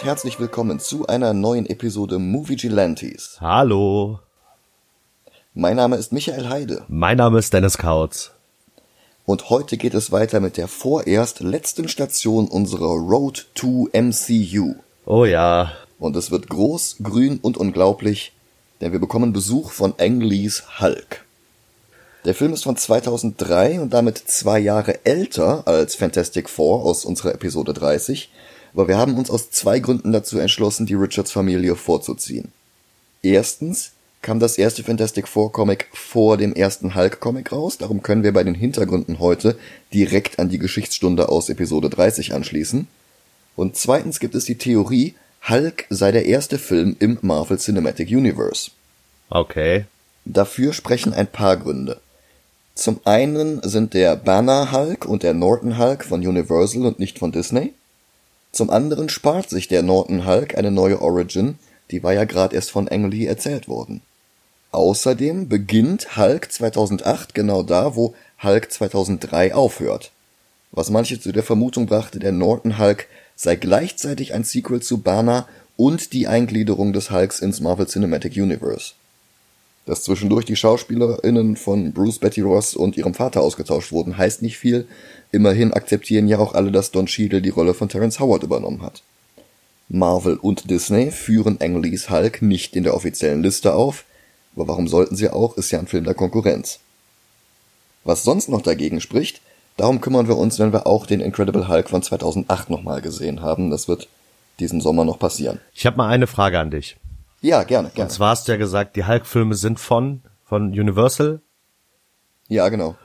und herzlich willkommen zu einer neuen Episode Moviegilantes. Hallo. Mein Name ist Michael Heide. Mein Name ist Dennis Kautz. Und heute geht es weiter mit der vorerst letzten Station unserer Road to MCU. Oh ja. Und es wird groß, grün und unglaublich, denn wir bekommen Besuch von Ang Lees Hulk. Der Film ist von 2003 und damit 2 Jahre älter als Fantastic Four aus unserer Episode 30, aber wir haben uns aus 2 Gründen dazu entschlossen, die Richards-Familie vorzuziehen. Erstens kam das erste Fantastic Four Comic vor dem ersten Hulk Comic raus, darum können wir bei den Hintergründen heute direkt an die Geschichtsstunde aus Episode 30 anschließen. Und zweitens gibt es die Theorie, Hulk sei der erste Film im Marvel Cinematic Universe. Okay. Dafür sprechen ein paar Gründe. Zum einen sind der Banner Hulk und der Norton Hulk von Universal und nicht von Disney. Zum anderen spart sich der Norton Hulk eine neue Origin, die war ja gerade erst von Ang Lee erzählt worden. Außerdem beginnt Hulk 2008 genau da, wo Hulk 2003 aufhört. Was manche zu der Vermutung brachte, der Norton Hulk sei gleichzeitig ein Sequel zu Banner und die Eingliederung des Hulks ins Marvel Cinematic Universe. Dass zwischendurch die SchauspielerInnen von Bruce Betty Ross und ihrem Vater ausgetauscht wurden, heißt nicht viel. Immerhin akzeptieren ja auch alle, dass Don Cheadle die Rolle von Terrence Howard übernommen hat. Marvel und Disney führen Ang Lees Hulk nicht in der offiziellen Liste auf, aber warum sollten sie auch, ist ja ein Film der Konkurrenz. Was sonst noch dagegen spricht, darum kümmern wir uns, wenn wir auch den Incredible Hulk von 2008 nochmal gesehen haben. Das wird diesen Sommer noch passieren. Ich habe mal eine Frage an dich. Ja, gerne. Und zwar hast du ja gesagt, die Hulk-Filme sind von Universal. Ja, genau.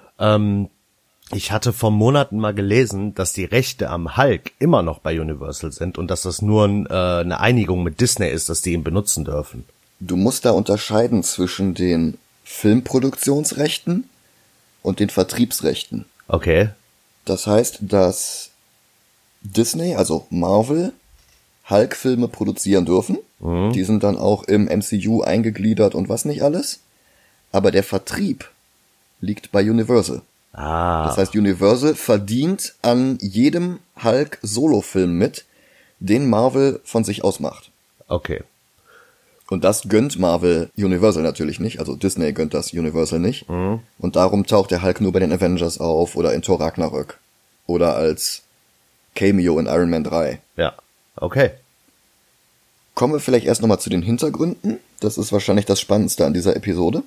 Ich hatte vor Monaten mal gelesen, dass die Rechte am Hulk immer noch bei Universal sind und dass das nur eine Einigung mit Disney ist, dass die ihn benutzen dürfen. Du musst da unterscheiden zwischen den Filmproduktionsrechten und den Vertriebsrechten. Okay. Das heißt, dass Disney, also Marvel, Hulk-Filme produzieren dürfen. Mhm. Die sind dann auch im MCU eingegliedert und was nicht alles. Aber der Vertrieb liegt bei Universal. Das heißt, Universal verdient an jedem Hulk-Solo-Film mit, den Marvel von sich aus macht. Okay. Und das gönnt Marvel Universal natürlich nicht, also Disney gönnt das Universal nicht. Mhm. Und darum taucht der Hulk nur bei den Avengers auf oder in Thor Ragnarök. Oder als Cameo in Iron Man 3. Ja, okay. Kommen wir vielleicht erst nochmal zu den Hintergründen. Das ist wahrscheinlich das Spannendste an dieser Episode.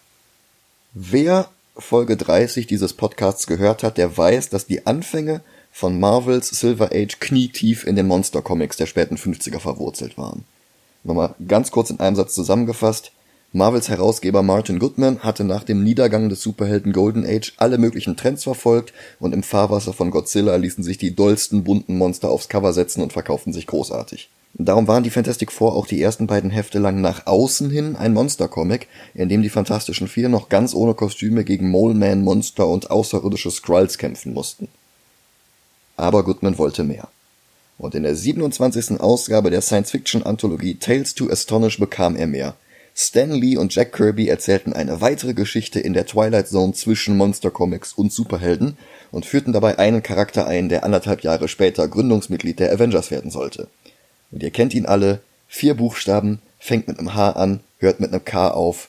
Wer Folge 30 dieses Podcasts gehört hat, der weiß, dass die Anfänge von Marvels Silver Age knietief in den Monster-Comics der späten 50er verwurzelt waren. Nochmal ganz kurz in einem Satz zusammengefasst. Marvels Herausgeber Martin Goodman hatte nach dem Niedergang des Superhelden Golden Age alle möglichen Trends verfolgt und im Fahrwasser von Godzilla ließen sich die dollsten bunten Monster aufs Cover setzen und verkauften sich großartig. Darum waren die Fantastic Four auch die ersten beiden Hefte lang nach außen hin ein Monster-Comic, in dem die Fantastischen Vier noch ganz ohne Kostüme gegen Mole Man, Monster und außerirdische Skrulls kämpfen mussten. Aber Goodman wollte mehr. Und in der 27. Ausgabe der Science-Fiction-Anthologie Tales to Astonish bekam er mehr. Stan Lee und Jack Kirby erzählten eine weitere Geschichte in der Twilight Zone zwischen Monster-Comics und Superhelden und führten dabei einen Charakter ein, der 1,5 Jahre später Gründungsmitglied der Avengers werden sollte. Und ihr kennt ihn alle, 4 Buchstaben, fängt mit einem H an, hört mit einem K auf.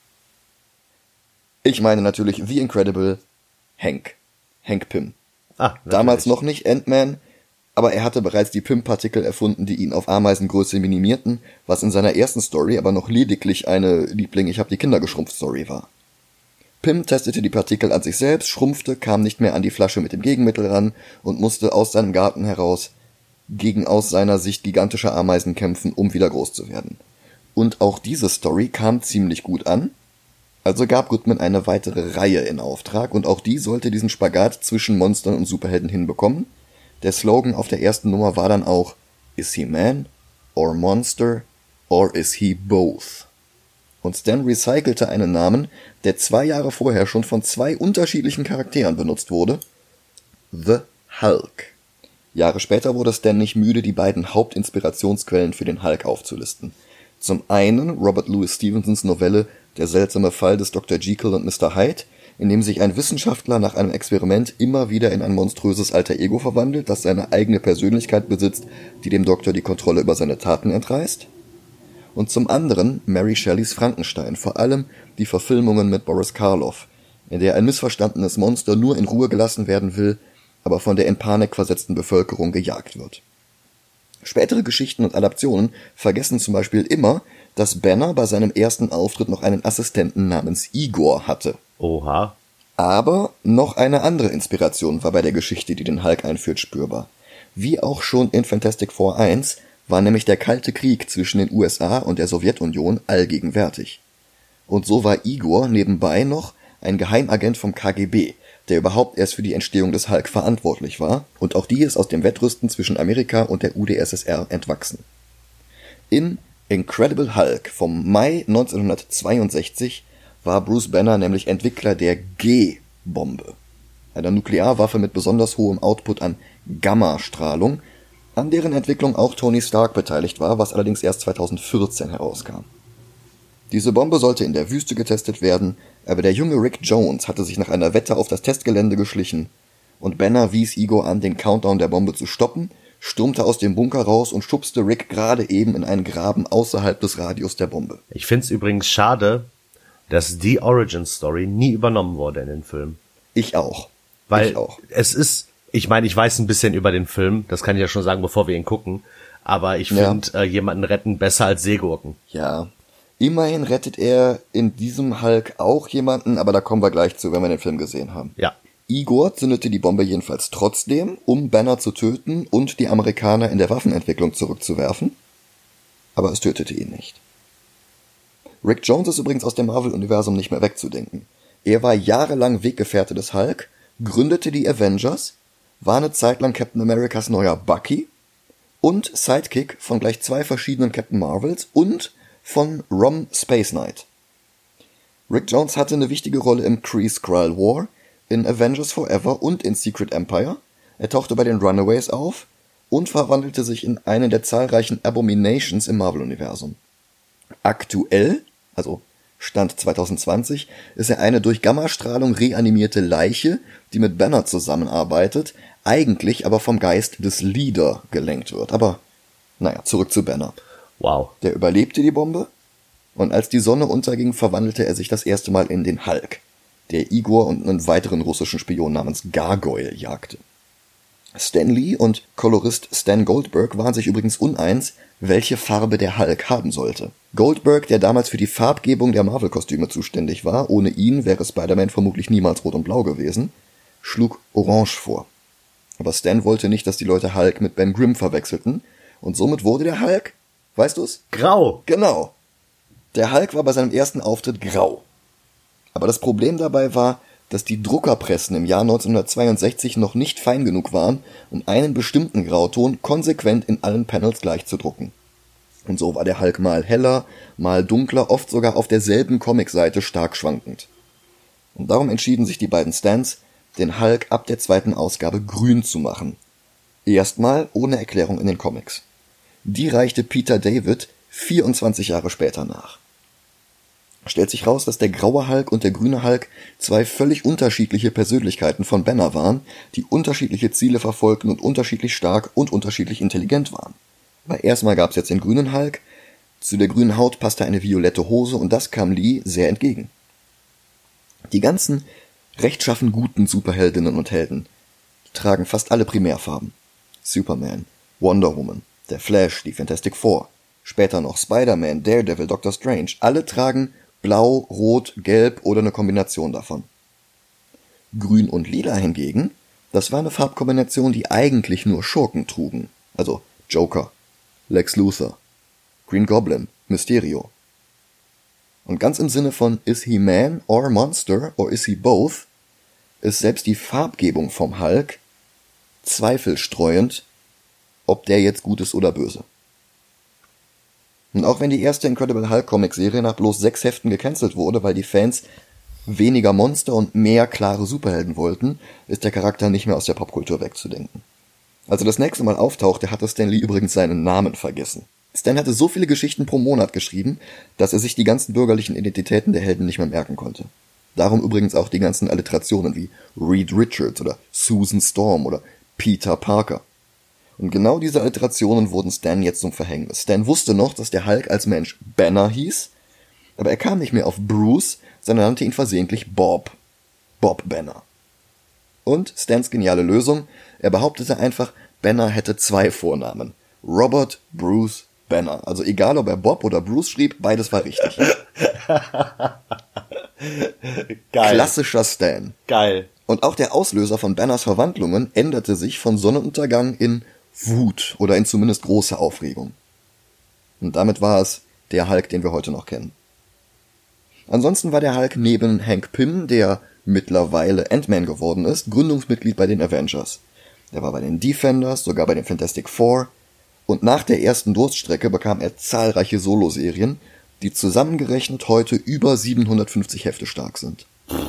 Ich meine natürlich The Incredible Hank Pym. Damals noch nicht Ant-Man, aber er hatte bereits die Pym-Partikel erfunden, die ihn auf Ameisengröße minimierten, was in seiner ersten Story aber noch lediglich eine Liebling-Ich-hab-die-Kinder-geschrumpft-Story war. Pym testete die Partikel an sich selbst, schrumpfte, kam nicht mehr an die Flasche mit dem Gegenmittel ran und musste aus seinem Garten heraus gegen aus seiner Sicht gigantische Ameisen kämpfen, um wieder groß zu werden. Und auch diese Story kam ziemlich gut an, also gab Goodman eine weitere Reihe in Auftrag und auch die sollte diesen Spagat zwischen Monstern und Superhelden hinbekommen. Der Slogan auf der ersten Nummer war dann auch Is he man or monster or is he both? Und Stan recycelte einen Namen, der 2 Jahre vorher schon von 2 unterschiedlichen Charakteren benutzt wurde. The Hulk. Jahre später wurde Stan nicht müde, die beiden Hauptinspirationsquellen für den Hulk aufzulisten. Zum einen Robert Louis Stevensons Novelle Der seltsame Fall des Dr. Jekyll und Mr. Hyde in dem sich ein Wissenschaftler nach einem Experiment immer wieder in ein monströses Alter Ego verwandelt, das seine eigene Persönlichkeit besitzt, die dem Doktor die Kontrolle über seine Taten entreißt. Und zum anderen Mary Shelleys Frankenstein, vor allem die Verfilmungen mit Boris Karloff, in der ein missverstandenes Monster nur in Ruhe gelassen werden will, aber von der in Panik versetzten Bevölkerung gejagt wird. Spätere Geschichten und Adaptionen vergessen zum Beispiel immer, dass Banner bei seinem ersten Auftritt noch einen Assistenten namens Igor hatte. Oha. Aber noch eine andere Inspiration war bei der Geschichte, die den Hulk einführt, spürbar. Wie auch schon in Fantastic Four 1 war nämlich der Kalte Krieg zwischen den USA und der Sowjetunion allgegenwärtig. Und so war Igor nebenbei noch ein Geheimagent vom KGB, der überhaupt erst für die Entstehung des Hulk verantwortlich war, und auch die ist aus dem Wettrüsten zwischen Amerika und der UdSSR entwachsen. In Incredible Hulk vom Mai 1962 war Bruce Banner nämlich Entwickler der G-Bombe, einer Nuklearwaffe mit besonders hohem Output an Gammastrahlung, an deren Entwicklung auch Tony Stark beteiligt war, was allerdings erst 2014 herauskam. Diese Bombe sollte in der Wüste getestet werden, aber der junge Rick Jones hatte sich nach einer Wette auf das Testgelände geschlichen und Banner wies Igor an, den Countdown der Bombe zu stoppen, stürmte aus dem Bunker raus und schubste Rick gerade eben in einen Graben außerhalb des Radius der Bombe. Ich find's übrigens schade, dass die Origin-Story nie übernommen wurde in den Film. Ich auch. Weil es ist, ich meine, ich weiß ein bisschen über den Film, das kann ich ja schon sagen, bevor wir ihn gucken, aber ich finde jemanden retten besser als Seegurken. Ja. Immerhin rettet er in diesem Hulk auch jemanden, aber da kommen wir gleich zu, wenn wir den Film gesehen haben. Ja. Igor zündete die Bombe jedenfalls trotzdem, um Banner zu töten und die Amerikaner in der Waffenentwicklung zurückzuwerfen. Aber es tötete ihn nicht. Rick Jones ist übrigens aus dem Marvel-Universum nicht mehr wegzudenken. Er war jahrelang Weggefährte des Hulk, gründete die Avengers, war eine Zeit lang Captain Americas neuer Bucky und Sidekick von gleich 2 verschiedenen Captain Marvels und von Rom Space Knight. Rick Jones hatte eine wichtige Rolle im Kree-Skrull War, in Avengers Forever und in Secret Empire. Er tauchte bei den Runaways auf und verwandelte sich in eine der zahlreichen Abominations im Marvel-Universum. Aktuell, also Stand 2020, ist er eine durch Gammastrahlung reanimierte Leiche, die mit Banner zusammenarbeitet, eigentlich aber vom Geist des Leader gelenkt wird. Aber, naja, zurück zu Banner. Wow. Der überlebte die Bombe und als die Sonne unterging, verwandelte er sich das erste Mal in den Hulk, der Igor und einen weiteren russischen Spion namens Gargoyle jagte. Stan Lee und Kolorist Stan Goldberg waren sich übrigens uneins, welche Farbe der Hulk haben sollte. Goldberg, der damals für die Farbgebung der Marvel-Kostüme zuständig war, ohne ihn wäre Spider-Man vermutlich niemals rot und blau gewesen, schlug Orange vor. Aber Stan wollte nicht, dass die Leute Hulk mit Ben Grimm verwechselten, und somit wurde der Hulk, weißt du's? Grau. Genau. Der Hulk war bei seinem ersten Auftritt grau. Aber das Problem dabei war, dass die Druckerpressen im Jahr 1962 noch nicht fein genug waren, um einen bestimmten Grauton konsequent in allen Panels gleich zu drucken. Und so war der Hulk mal heller, mal dunkler, oft sogar auf derselben Comicseite stark schwankend. Und darum entschieden sich die beiden Stans, den Hulk ab der 2. Ausgabe grün zu machen. Erstmal ohne Erklärung in den Comics. Die reichte Peter David 24 Jahre später nach. Stellt sich raus, dass der graue Hulk und der grüne Hulk 2 völlig unterschiedliche Persönlichkeiten von Banner waren, die unterschiedliche Ziele verfolgten und unterschiedlich stark und unterschiedlich intelligent waren. Aber erstmal gab's jetzt den grünen Hulk, zu der grünen Haut passte eine violette Hose und das kam Lee sehr entgegen. Die ganzen rechtschaffen guten Superheldinnen und Helden tragen fast alle Primärfarben. Superman, Wonder Woman, der Flash, die Fantastic Four, später noch Spider-Man, Daredevil, Doctor Strange, alle tragen Blau, Rot, Gelb oder eine Kombination davon. Grün und Lila hingegen, das war eine Farbkombination, die eigentlich nur Schurken trugen. Also Joker, Lex Luthor, Green Goblin, Mysterio. Und ganz im Sinne von is he man or monster or is he both, ist selbst die Farbgebung vom Hulk zweifelstreuend, ob der jetzt gut ist oder böse. Und auch wenn die erste Incredible Hulk Comic-Serie nach bloß 6 Heften gecancelt wurde, weil die Fans weniger Monster und mehr klare Superhelden wollten, ist der Charakter nicht mehr aus der Popkultur wegzudenken. Als er das nächste Mal auftauchte, hatte Stan Lee übrigens seinen Namen vergessen. Stan hatte so viele Geschichten pro Monat geschrieben, dass er sich die ganzen bürgerlichen Identitäten der Helden nicht mehr merken konnte. Darum übrigens auch die ganzen Alliterationen wie Reed Richards oder Susan Storm oder Peter Parker. Und genau diese Alliterationen wurden Stan jetzt zum Verhängnis. Stan wusste noch, dass der Hulk als Mensch Banner hieß, aber er kam nicht mehr auf Bruce, sondern nannte ihn versehentlich Bob. Bob Banner. Und Stans geniale Lösung, er behauptete einfach, Banner hätte 2 Vornamen. Robert Bruce Banner. Also egal, ob er Bob oder Bruce schrieb, beides war richtig. Geil. Klassischer Stan. Geil. Und auch der Auslöser von Banners Verwandlungen änderte sich von Sonnenuntergang in Wut oder in zumindest große Aufregung. Und damit war es der Hulk, den wir heute noch kennen. Ansonsten war der Hulk neben Hank Pym, der mittlerweile Ant-Man geworden ist, Gründungsmitglied bei den Avengers. Er war bei den Defenders, sogar bei den Fantastic Four, und nach der ersten Durststrecke bekam er zahlreiche Soloserien, die zusammengerechnet heute über 750 Hefte stark sind.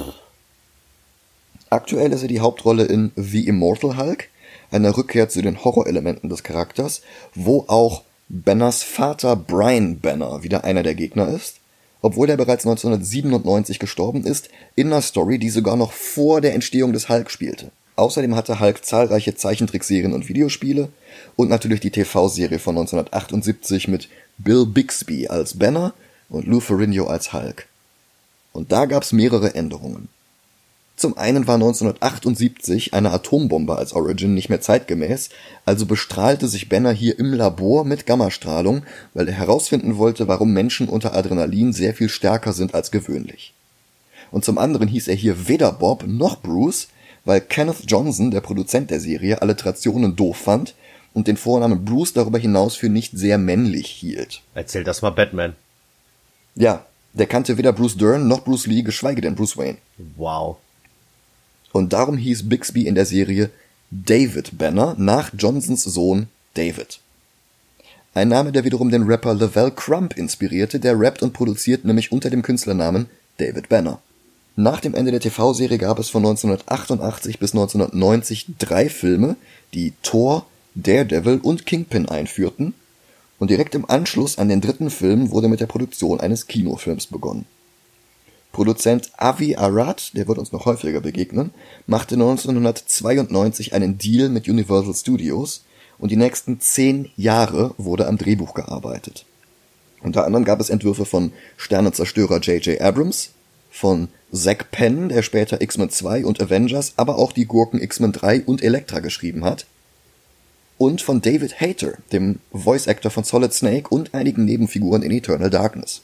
Aktuell ist er die Hauptrolle in The Immortal Hulk, einer Rückkehr zu den Horrorelementen des Charakters, wo auch Banners Vater Brian Banner wieder einer der Gegner ist, obwohl er bereits 1997 gestorben ist, in einer Story, die sogar noch vor der Entstehung des Hulk spielte. Außerdem hatte Hulk zahlreiche Zeichentrickserien und Videospiele und natürlich die TV-Serie von 1978 mit Bill Bixby als Banner und Lou Ferrigno als Hulk. Und da gab's mehrere Änderungen. Zum einen war 1978 eine Atombombe als Origin nicht mehr zeitgemäß, also bestrahlte sich Banner hier im Labor mit Gammastrahlung, weil er herausfinden wollte, warum Menschen unter Adrenalin sehr viel stärker sind als gewöhnlich. Und zum anderen hieß er hier weder Bob noch Bruce, weil Kenneth Johnson, der Produzent der Serie, Alliterationen doof fand und den Vornamen Bruce darüber hinaus für nicht sehr männlich hielt. Erzähl das mal Batman. Ja, der kannte weder Bruce Dern noch Bruce Lee, geschweige denn Bruce Wayne. Wow. Und darum hieß Bixby in der Serie David Banner nach Johnsons Sohn David. Ein Name, der wiederum den Rapper Lavelle Crump inspirierte, der rappt und produziert nämlich unter dem Künstlernamen David Banner. Nach dem Ende der TV-Serie gab es von 1988 bis 1990 3 Filme, die Thor, Daredevil und Kingpin einführten, und direkt im Anschluss an den 3. Film wurde mit der Produktion eines Kinofilms begonnen. Produzent Avi Arad, der wird uns noch häufiger begegnen, machte 1992 einen Deal mit Universal Studios und die nächsten 10 Jahre wurde am Drehbuch gearbeitet. Unter anderem gab es Entwürfe von Sternenzerstörer J.J. Abrams, von Zack Penn, der später X-Men 2 und Avengers, aber auch die Gurken X-Men 3 und Elektra geschrieben hat, und von David Hayter, dem Voice-Actor von Solid Snake und einigen Nebenfiguren in Eternal Darkness.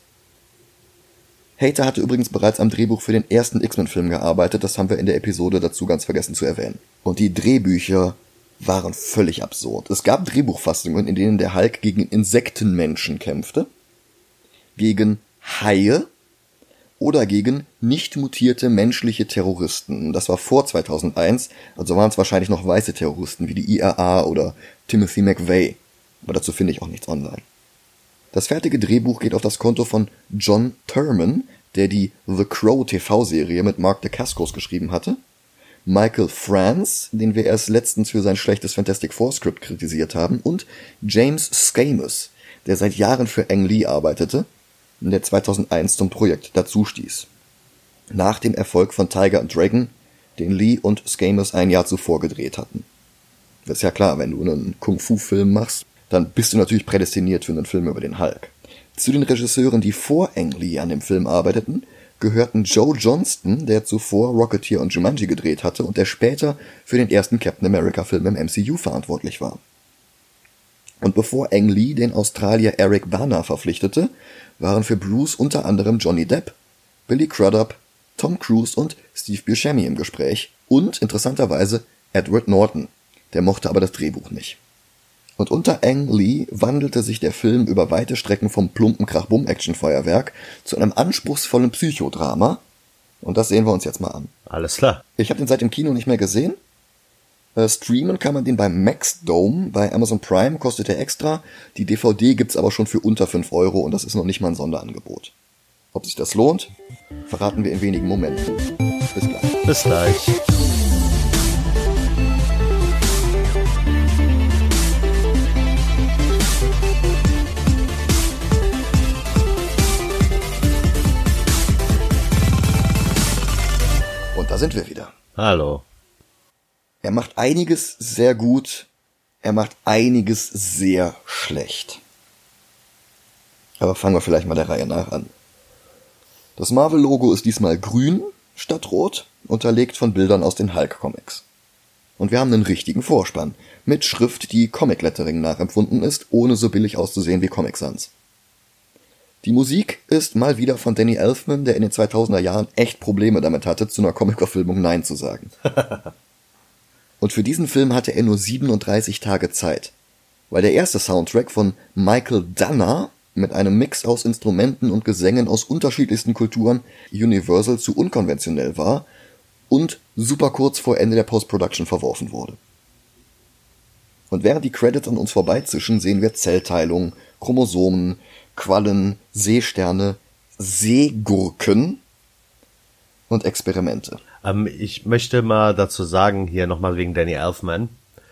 Hayter hatte übrigens bereits am Drehbuch für den ersten X-Men-Film gearbeitet, das haben wir in der Episode dazu ganz vergessen zu erwähnen. Und die Drehbücher waren völlig absurd. Es gab Drehbuchfassungen, in denen der Hulk gegen Insektenmenschen kämpfte, gegen Haie oder gegen nicht mutierte menschliche Terroristen. Das war vor 2001, also waren es wahrscheinlich noch weiße Terroristen wie die IRA oder Timothy McVeigh. Aber dazu finde ich auch nichts online. Das fertige Drehbuch geht auf das Konto von John Turman, der die The Crow TV-Serie mit Mark Dacascos geschrieben hatte, Michael Franz, den wir erst letztens für sein schlechtes Fantastic Four Skript kritisiert haben, und James Scamus, der seit Jahren für Ang Lee arbeitete und der 2001 zum Projekt dazustieß. Nach dem Erfolg von Tiger and Dragon, den Lee und Scamus ein Jahr zuvor gedreht hatten. Das ist ja klar, wenn du einen Kung-Fu-Film machst, dann bist du natürlich prädestiniert für einen Film über den Hulk. Zu den Regisseuren, die vor Ang Lee an dem Film arbeiteten, gehörten Joe Johnston, der zuvor Rocketeer und Jumanji gedreht hatte und der später für den ersten Captain America-Film im MCU verantwortlich war. Und bevor Ang Lee den Australier Eric Bana verpflichtete, waren für Bruce unter anderem Johnny Depp, Billy Crudup, Tom Cruise und Steve Buscemi im Gespräch und interessanterweise Edward Norton, der mochte aber das Drehbuch nicht. Und unter Ang Lee wandelte sich der Film über weite Strecken vom plumpen Krach-Bumm-Action-Feuerwerk zu einem anspruchsvollen Psychodrama. Und das sehen wir uns jetzt mal an. Alles klar. Ich habe den seit dem Kino nicht mehr gesehen. Streamen kann man den beim Maxdome. Bei Amazon Prime kostet er extra. Die DVD gibt's aber schon für unter 5 € und das ist noch nicht mal ein Sonderangebot. Ob sich das lohnt, verraten wir in wenigen Momenten. Bis gleich. Bis gleich. sind wir wieder. Hallo. Er macht einiges sehr gut, er macht einiges sehr schlecht. Aber fangen wir vielleicht mal der Reihe nach an. Das Marvel-Logo ist diesmal grün statt rot, unterlegt von Bildern aus den Hulk-Comics. Und wir haben einen richtigen Vorspann, mit Schrift, die Comic-Lettering nachempfunden ist, ohne so billig auszusehen wie Comic Sans. Die Musik ist mal wieder von Danny Elfman, der in den 2000er Jahren echt Probleme damit hatte, zu einer Comic-Verfilmung Nein zu sagen. Und für diesen Film hatte er nur 37 Tage Zeit, weil der erste Soundtrack von Michael Danna mit einem Mix aus Instrumenten und Gesängen aus unterschiedlichsten Kulturen Universal zu unkonventionell war und super kurz vor Ende der Post-Production verworfen wurde. Und während die Credits an uns vorbeizischen, sehen wir Zellteilung, Chromosomen, Quallen, Seesterne, Seegurken und Experimente. Ich möchte mal dazu sagen, hier nochmal wegen Danny Elfman.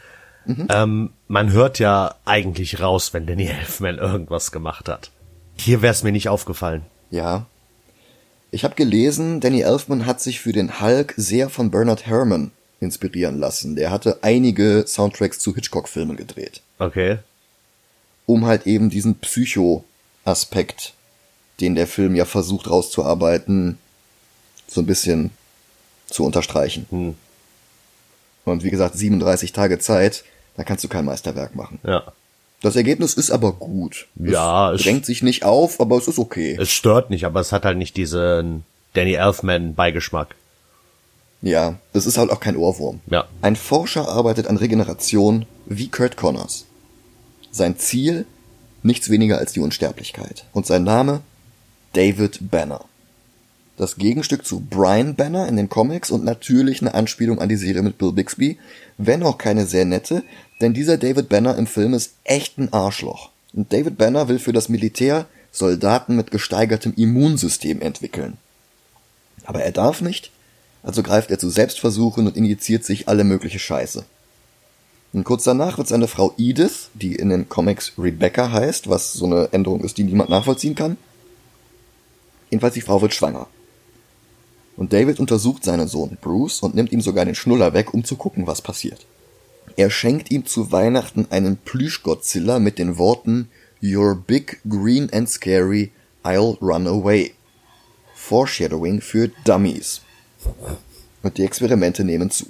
Man hört ja eigentlich raus, wenn Danny Elfman irgendwas gemacht hat. Hier wäre es mir nicht aufgefallen. Ja. Ich habe gelesen, Danny Elfman hat sich für den Hulk sehr von Bernard Herrmann inspirieren lassen. Der hatte einige Soundtracks zu Hitchcock-Filmen gedreht. Okay. Um halt eben diesen Psycho-Aspekt, den der Film ja versucht rauszuarbeiten, so ein bisschen zu unterstreichen. Und wie gesagt, 37 Tage Zeit, da kannst du kein Meisterwerk machen. Ja. Das Ergebnis ist aber gut. Ja, es drängt sich nicht auf, aber es ist okay. Es stört nicht, aber es hat halt nicht diesen Danny Elfman-Beigeschmack. Ja, das ist halt auch kein Ohrwurm. Ja. Ein Forscher arbeitet an Regeneration wie Kurt Connors. Sein Ziel, nichts weniger als die Unsterblichkeit. Und sein Name, David Banner. Das Gegenstück zu Brian Banner in den Comics und natürlich eine Anspielung an die Serie mit Bill Bixby, wenn auch keine sehr nette, denn dieser David Banner im Film ist echt ein Arschloch. Und David Banner will für das Militär Soldaten mit gesteigertem Immunsystem entwickeln. Aber er darf nicht, also greift er zu Selbstversuchen und injiziert sich alle mögliche Scheiße. Und kurz danach wird seine Frau Edith, die in den Comics Rebecca heißt, was so eine Änderung ist, die niemand nachvollziehen kann. Jedenfalls die Frau wird schwanger. Und David untersucht seinen Sohn Bruce und nimmt ihm sogar den Schnuller weg, um zu gucken, was passiert. Er schenkt ihm zu Weihnachten einen Plüsch-Godzilla mit den Worten "You're big, green and scary, I'll run away." Foreshadowing für Dummies. Und die Experimente nehmen zu.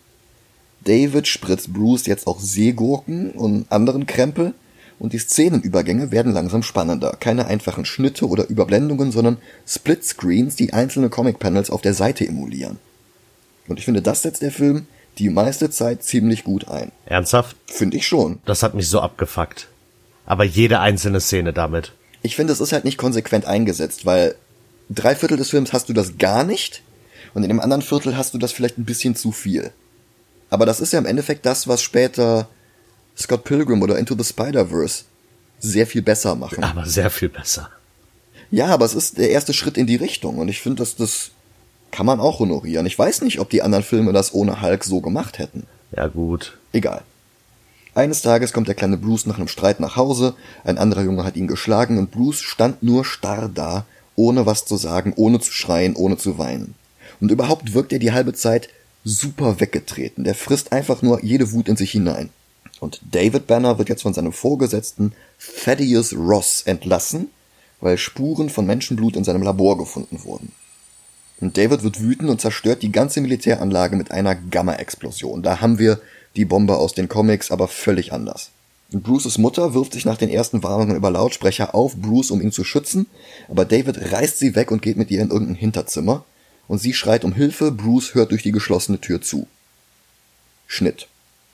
David spritzt Bruce jetzt auch Seegurken und anderen Krempel und die Szenenübergänge werden langsam spannender. Keine einfachen Schnitte oder Überblendungen, sondern Splitscreens, die einzelne Comic-Panels auf der Seite emulieren. Und ich finde, das setzt der Film die meiste Zeit ziemlich gut ein. Ernsthaft? Finde ich schon. Das hat mich so abgefuckt. Aber jede einzelne Szene damit. Ich finde, es ist halt nicht konsequent eingesetzt, weil 3/4 des Films hast du das gar nicht und in dem anderen Viertel hast du das vielleicht ein bisschen zu viel. Aber das ist ja im Endeffekt das, was später Scott Pilgrim oder Into the Spider-Verse sehr viel besser machen. Aber sehr viel besser. Ja, aber es ist der erste Schritt in die Richtung und ich finde, das kann man auch honorieren. Ich weiß nicht, ob die anderen Filme das ohne Hulk so gemacht hätten. Ja, gut. Egal. Eines Tages kommt der kleine Bruce nach einem Streit nach Hause, ein anderer Junge hat ihn geschlagen und Bruce stand nur starr da, ohne was zu sagen, ohne zu schreien, ohne zu weinen. Und überhaupt wirkt er die halbe Zeit super weggetreten. Der frisst einfach nur jede Wut in sich hinein. Und David Banner wird jetzt von seinem Vorgesetzten Thaddeus Ross entlassen, weil Spuren von Menschenblut in seinem Labor gefunden wurden. Und David wird wütend und zerstört die ganze Militäranlage mit einer Gamma-Explosion. Da haben wir die Bombe aus den Comics, aber völlig anders. Und Bruces Mutter wirft sich nach den ersten Warnungen über Lautsprecher auf Bruce, um ihn zu schützen, aber David reißt sie weg und geht mit ihr in irgendein Hinterzimmer. Und sie schreit um Hilfe, Bruce hört durch die geschlossene Tür zu. Schnitt.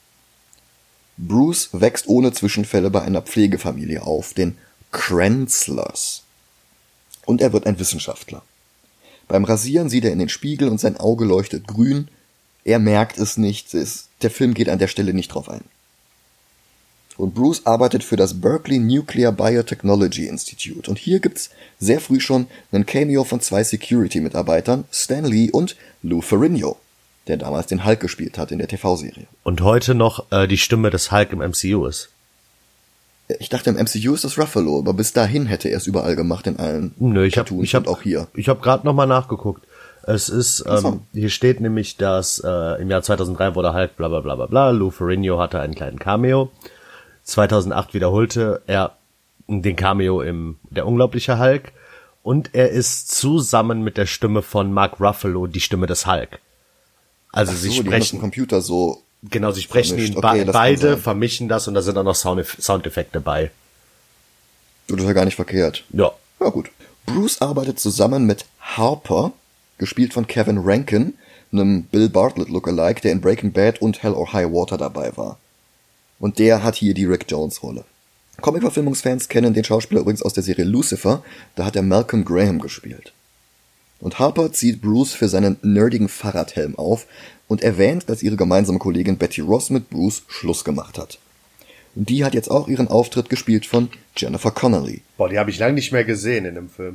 Bruce wächst ohne Zwischenfälle bei einer Pflegefamilie auf, den Kranzlers. Und er wird ein Wissenschaftler. Beim Rasieren sieht er in den Spiegel und sein Auge leuchtet grün. Er merkt es nicht, der Film geht an der Stelle nicht drauf ein. Und Bruce arbeitet für das Berkeley Nuclear Biotechnology Institute. Und hier gibt's sehr früh schon einen Cameo von 2 Security-Mitarbeitern, Stan Lee und Lou Ferrigno, der damals den Hulk gespielt hat in der TV-Serie. Und heute noch die Stimme des Hulk im MCU ist. Ich dachte, im MCU ist das Ruffalo, aber bis dahin hätte er es überall gemacht, in allen Nö, ich Cartoons hab und auch hier. Ich habe gerade nochmal nachgeguckt. Es ist, hier steht nämlich, dass im Jahr 2003 wurde Hulk bla bla bla bla bla, Lou Ferrigno hatte einen kleinen Cameo. 2008 wiederholte er den Cameo im Der unglaubliche Hulk. Und er ist zusammen mit der Stimme von Mark Ruffalo die Stimme des Hulk. Also sie sprechen... Die haben das im Computer so... Genau, sie sprechen ihn beide, vermischen das und da sind auch noch Soundeffekte bei. Du, das ist ja gar nicht verkehrt. Ja. Ja, gut. Bruce arbeitet zusammen mit Harper, gespielt von Kevin Rankin, einem Bill Bartlett Lookalike, der in Breaking Bad und Hell or High Water dabei war. Und der hat hier die Rick Jones-Rolle. Comic-Verfilmungsfans kennen den Schauspieler übrigens aus der Serie Lucifer, da hat er Malcolm Graham gespielt. Und Harper zieht Bruce für seinen nerdigen Fahrradhelm auf und erwähnt, dass ihre gemeinsame Kollegin Betty Ross mit Bruce Schluss gemacht hat. Und die hat jetzt auch ihren Auftritt gespielt von Jennifer Connelly. Boah, die habe ich lange nicht mehr gesehen in dem Film.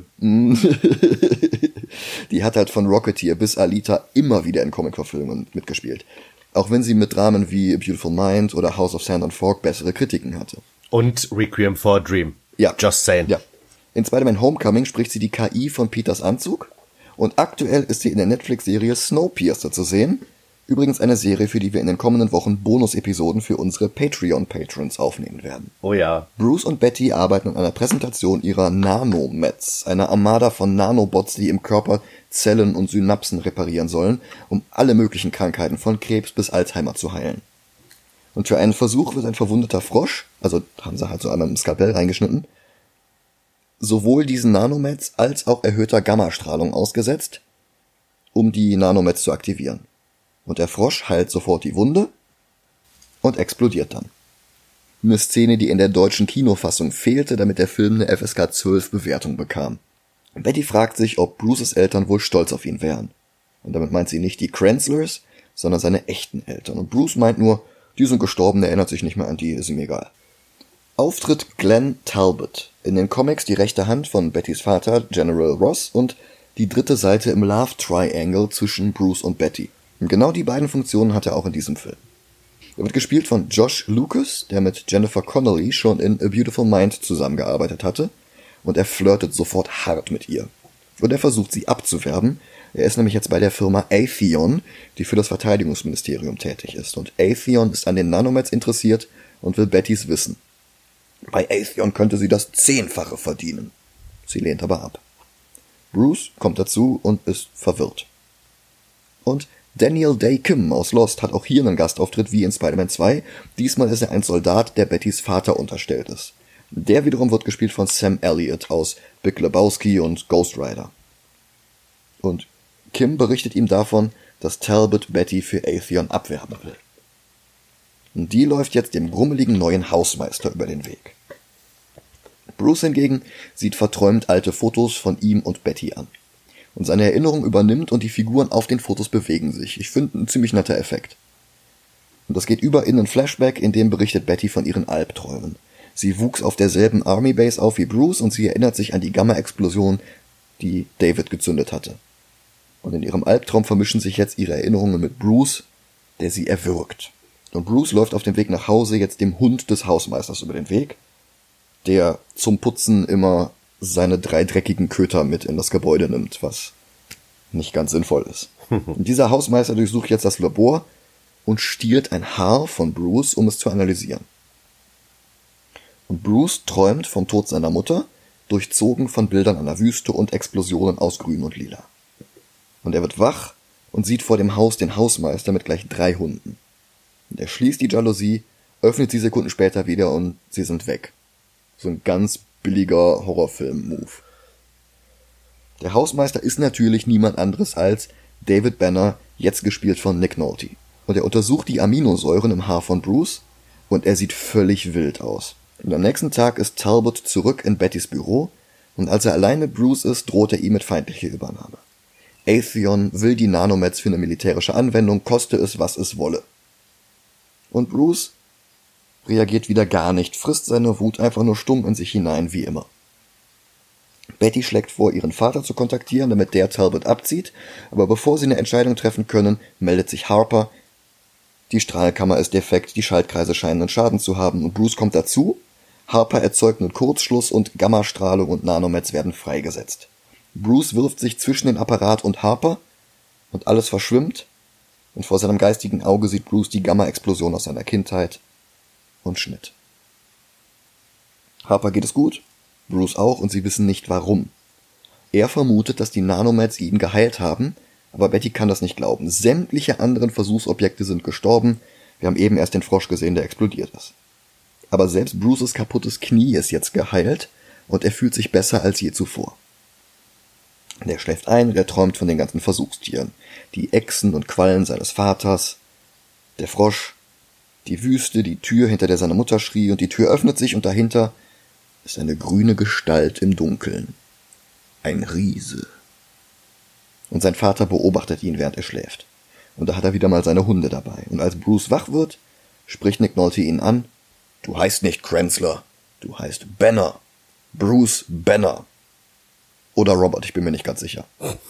Die hat halt von Rocketeer bis Alita immer wieder in Comic-Verfilmungen mitgespielt. Auch wenn sie mit Dramen wie A Beautiful Mind oder House of Sand and Fork bessere Kritiken hatte. Und Requiem for a Dream. Ja. Just saying. Ja. In Spider-Man Homecoming spricht sie die KI von Peters Anzug. Und aktuell ist sie in der Netflix-Serie Snowpiercer zu sehen. Übrigens eine Serie, für die wir in den kommenden Wochen Bonus-Episoden für unsere Patreon-Patrons aufnehmen werden. Oh ja. Bruce und Betty arbeiten an einer Präsentation ihrer Nanomeds, einer Armada von Nanobots, die im Körper Zellen und Synapsen reparieren sollen, um alle möglichen Krankheiten von Krebs bis Alzheimer zu heilen. Und für einen Versuch wird ein verwundeter Frosch, also haben sie halt so einmal im Skalpell reingeschnitten, sowohl diesen Nanomeds als auch erhöhter Gammastrahlung ausgesetzt, um die Nanomeds zu aktivieren. Und der Frosch heilt sofort die Wunde und explodiert dann. Eine Szene, die in der deutschen Kinofassung fehlte, damit der Film eine FSK 12 Bewertung bekam. Betty fragt sich, ob Bruces Eltern wohl stolz auf ihn wären. Und damit meint sie nicht die Cranslers, sondern seine echten Eltern. Und Bruce meint nur, die sind gestorben, er erinnert sich nicht mehr an die, ist ihm egal. Auftritt Glenn Talbot, in den Comics die rechte Hand von Bettys Vater, General Ross, und die dritte Seite im Love Triangle zwischen Bruce und Betty. Und genau die beiden Funktionen hat er auch in diesem Film. Er wird gespielt von Josh Lucas, der mit Jennifer Connelly schon in A Beautiful Mind zusammengearbeitet hatte, und er flirtet sofort hart mit ihr. Und er versucht, sie abzuwerben. Er ist nämlich jetzt bei der Firma Atheon, die für das Verteidigungsministerium tätig ist. Und Atheon ist an den Nanomeds interessiert und will Bettys Wissen. Bei Atheon könnte sie das 10-fache verdienen. Sie lehnt aber ab. Bruce kommt dazu und ist verwirrt. Und Daniel Day Kim aus Lost hat auch hier einen Gastauftritt wie in Spider-Man 2. Diesmal ist er ein Soldat, der Bettys Vater unterstellt ist. Der wiederum wird gespielt von Sam Elliott aus Big Lebowski und Ghost Rider. Und Kim berichtet ihm davon, dass Talbot Betty für Atheon abwerben will. Und die läuft jetzt dem grummeligen neuen Hausmeister über den Weg. Bruce hingegen sieht verträumt alte Fotos von ihm und Betty an. Und seine Erinnerung übernimmt und die Figuren auf den Fotos bewegen sich. Ich finde, ein ziemlich netter Effekt. Und das geht über in einen Flashback, in dem berichtet Betty von ihren Albträumen. Sie wuchs auf derselben Army Base auf wie Bruce und sie erinnert sich an die Gamma-Explosion, die David gezündet hatte. Und in ihrem Albtraum vermischen sich jetzt ihre Erinnerungen mit Bruce, der sie erwürgt. Und Bruce läuft auf dem Weg nach Hause jetzt dem Hund des Hausmeisters über den Weg, der zum Putzen immer seine 3 dreckigen Köter mit in das Gebäude nimmt, was nicht ganz sinnvoll ist. Und dieser Hausmeister durchsucht jetzt das Labor und stiehlt ein Haar von Bruce, um es zu analysieren. Und Bruce träumt vom Tod seiner Mutter, durchzogen von Bildern einer Wüste und Explosionen aus Grün und Lila. Und er wird wach und sieht vor dem Haus den Hausmeister mit gleich 3 Hunden. Und er schließt die Jalousie, öffnet sie Sekunden später wieder und sie sind weg. So ein ganz billiger Horrorfilm-Move. Der Hausmeister ist natürlich niemand anderes als David Banner, jetzt gespielt von Nick Nolte. Und er untersucht die Aminosäuren im Haar von Bruce und er sieht völlig wild aus. Und am nächsten Tag ist Talbot zurück in Bettys Büro und als er allein mit Bruce ist, droht er ihm mit feindlicher Übernahme. Atheon will die Nanomeds für eine militärische Anwendung, koste es, was es wolle. Und Bruce reagiert wieder gar nicht, frisst seine Wut einfach nur stumm in sich hinein, wie immer. Betty schlägt vor, ihren Vater zu kontaktieren, damit der Talbot abzieht, aber bevor sie eine Entscheidung treffen können, meldet sich Harper. Die Strahlkammer ist defekt, die Schaltkreise scheinen einen Schaden zu haben und Bruce kommt dazu. Harper erzeugt einen Kurzschluss und Gammastrahlung und Nanomeds werden freigesetzt. Bruce wirft sich zwischen den Apparat und Harper Und alles verschwimmt und vor seinem geistigen Auge sieht Bruce die Gamma-Explosion aus seiner Kindheit und Schnitt. Harper geht es gut, Bruce auch, und sie wissen nicht warum. Er vermutet, dass die Nanomeds ihn geheilt haben, aber Betty kann das nicht glauben. Sämtliche anderen Versuchsobjekte sind gestorben. Wir haben eben erst den Frosch gesehen, der explodiert ist. Aber selbst Bruces kaputtes Knie ist jetzt geheilt und er fühlt sich besser als je zuvor. Der schläft ein und er träumt von den ganzen Versuchstieren. Die Echsen und Quallen seines Vaters, der Frosch, die Wüste, die Tür, hinter der seine Mutter schrie, und die Tür öffnet sich und dahinter ist eine grüne Gestalt im Dunkeln. Ein Riese. Und sein Vater beobachtet ihn, während er schläft. Und da hat er wieder mal seine Hunde dabei. Und als Bruce wach wird, spricht Nick Nolte ihn an. Du heißt nicht Krenzler, du heißt Banner. Bruce Banner. Oder Robert, ich bin mir nicht ganz sicher.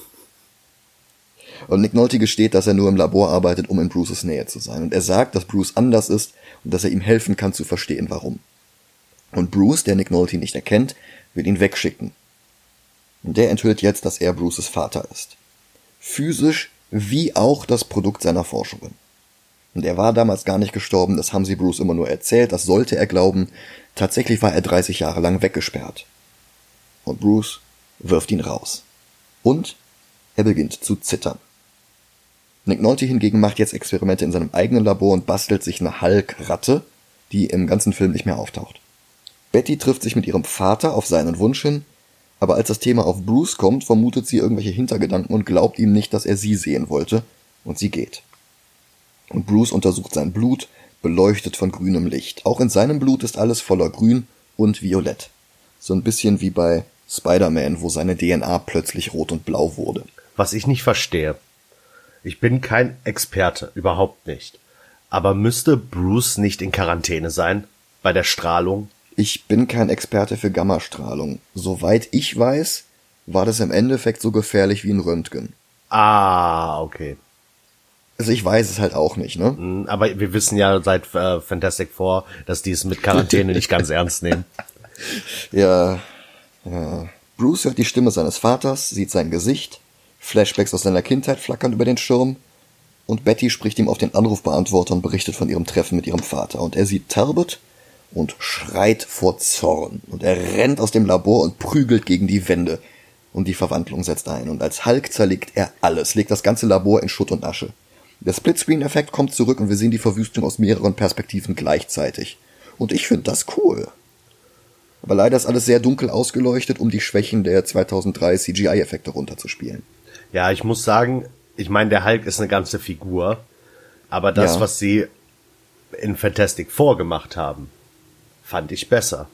Und Nick Nolte gesteht, dass er nur im Labor arbeitet, um in Bruces Nähe zu sein. Und er sagt, dass Bruce anders ist und dass er ihm helfen kann zu verstehen, warum. Und Bruce, der Nick Nolte nicht erkennt, will ihn wegschicken. Und der enthüllt jetzt, dass er Bruces Vater ist. Physisch wie auch das Produkt seiner Forschungen. Und er war damals gar nicht gestorben, das haben sie Bruce immer nur erzählt, das sollte er glauben. Tatsächlich war er 30 Jahre lang weggesperrt. Und Bruce wirft ihn raus. Und er beginnt zu zittern. Nick Nolte hingegen macht jetzt Experimente in seinem eigenen Labor und bastelt sich eine Hulk-Ratte, die im ganzen Film nicht mehr auftaucht. Betty trifft sich mit ihrem Vater auf seinen Wunsch hin, aber als das Thema auf Bruce kommt, vermutet sie irgendwelche Hintergedanken und glaubt ihm nicht, dass er sie sehen wollte, und sie geht. Und Bruce untersucht sein Blut, beleuchtet von grünem Licht. Auch in seinem Blut ist alles voller Grün und Violett. So ein bisschen wie bei Spider-Man, wo seine DNA plötzlich rot und blau wurde. Was ich nicht verstehe. Ich bin kein Experte, überhaupt nicht. Aber müsste Bruce nicht in Quarantäne sein? Bei der Strahlung? Ich bin kein Experte für Gammastrahlung. Soweit ich weiß, war das im Endeffekt so gefährlich wie ein Röntgen. Ah, okay. Also ich weiß es halt auch nicht, ne? Aber wir wissen ja seit Fantastic Four, dass die es mit Quarantäne nicht ganz ernst nehmen. Ja. Bruce hört die Stimme seines Vaters, sieht sein Gesicht, Flashbacks aus seiner Kindheit flackern über den Schirm, und Betty spricht ihm auf den Anrufbeantworter und berichtet von ihrem Treffen mit ihrem Vater. Und er sieht Talbot und schreit vor Zorn. Und er rennt aus dem Labor und prügelt gegen die Wände. Und die Verwandlung setzt ein. Und als Hulk zerlegt er alles, legt das ganze Labor in Schutt und Asche. Der Splitscreen-Effekt kommt zurück und wir sehen die Verwüstung aus mehreren Perspektiven gleichzeitig. Und ich finde das cool. Aber leider ist alles sehr dunkel ausgeleuchtet, um die Schwächen der 2003 CGI-Effekte runterzuspielen. Ja, ich muss sagen, ich meine, der Hulk ist eine ganze Figur, aber das, was sie in Fantastic Four gemacht haben, fand ich besser.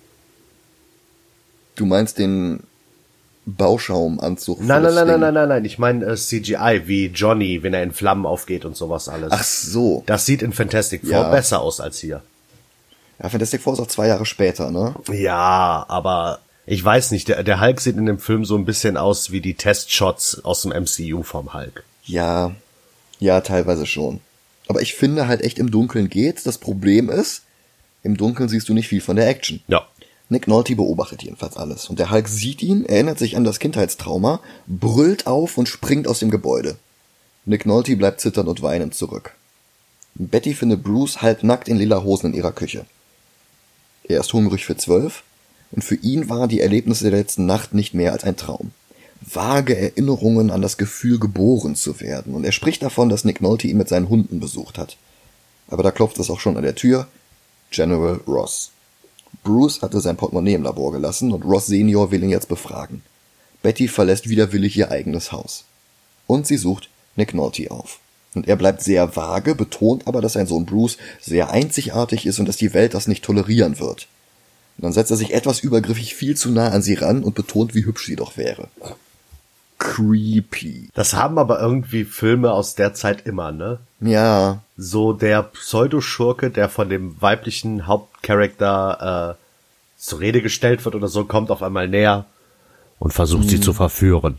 Du meinst den Bauschaumanzug? Nein, ich meine CGI, wie Johnny, wenn er in Flammen aufgeht und sowas alles. Ach so. Das sieht in Fantastic Four besser aus als hier. Ja, Fantastic Four ist auch 2 Jahre später, ne? Ja, aber ich weiß nicht, der Hulk sieht in dem Film so ein bisschen aus wie die Testshots aus dem MCU vom Hulk. Ja, teilweise schon. Aber ich finde halt echt, im Dunkeln geht's. Das Problem ist, im Dunkeln siehst du nicht viel von der Action. Ja. Nick Nolte beobachtet jedenfalls alles. Und der Hulk sieht ihn, erinnert sich an das Kindheitstrauma, brüllt auf und springt aus dem Gebäude. Nick Nolte bleibt zitternd und weinend zurück. Betty findet Bruce halbnackt in lila Hosen in ihrer Küche. Er ist hungrig für 12 und für ihn waren die Erlebnisse der letzten Nacht nicht mehr als ein Traum. Vage Erinnerungen an das Gefühl, geboren zu werden. Und er spricht davon, dass Nick Nolte ihn mit seinen Hunden besucht hat. Aber da klopft es auch schon an der Tür. General Ross. Bruce hatte sein Portemonnaie im Labor gelassen und Ross Senior will ihn jetzt befragen. Betty verlässt widerwillig ihr eigenes Haus. Und sie sucht Nick Nolte auf. Und er bleibt sehr vage, betont aber, dass sein Sohn Bruce sehr einzigartig ist und dass die Welt das nicht tolerieren wird. Und dann setzt er sich etwas übergriffig viel zu nah an sie ran und betont, wie hübsch sie doch wäre. Creepy. Das haben aber irgendwie Filme aus der Zeit immer, ne? Ja. So der Pseudoschurke, der von dem weiblichen Hauptcharakter zur Rede gestellt wird oder so, kommt auf einmal näher und versucht sie zu verführen.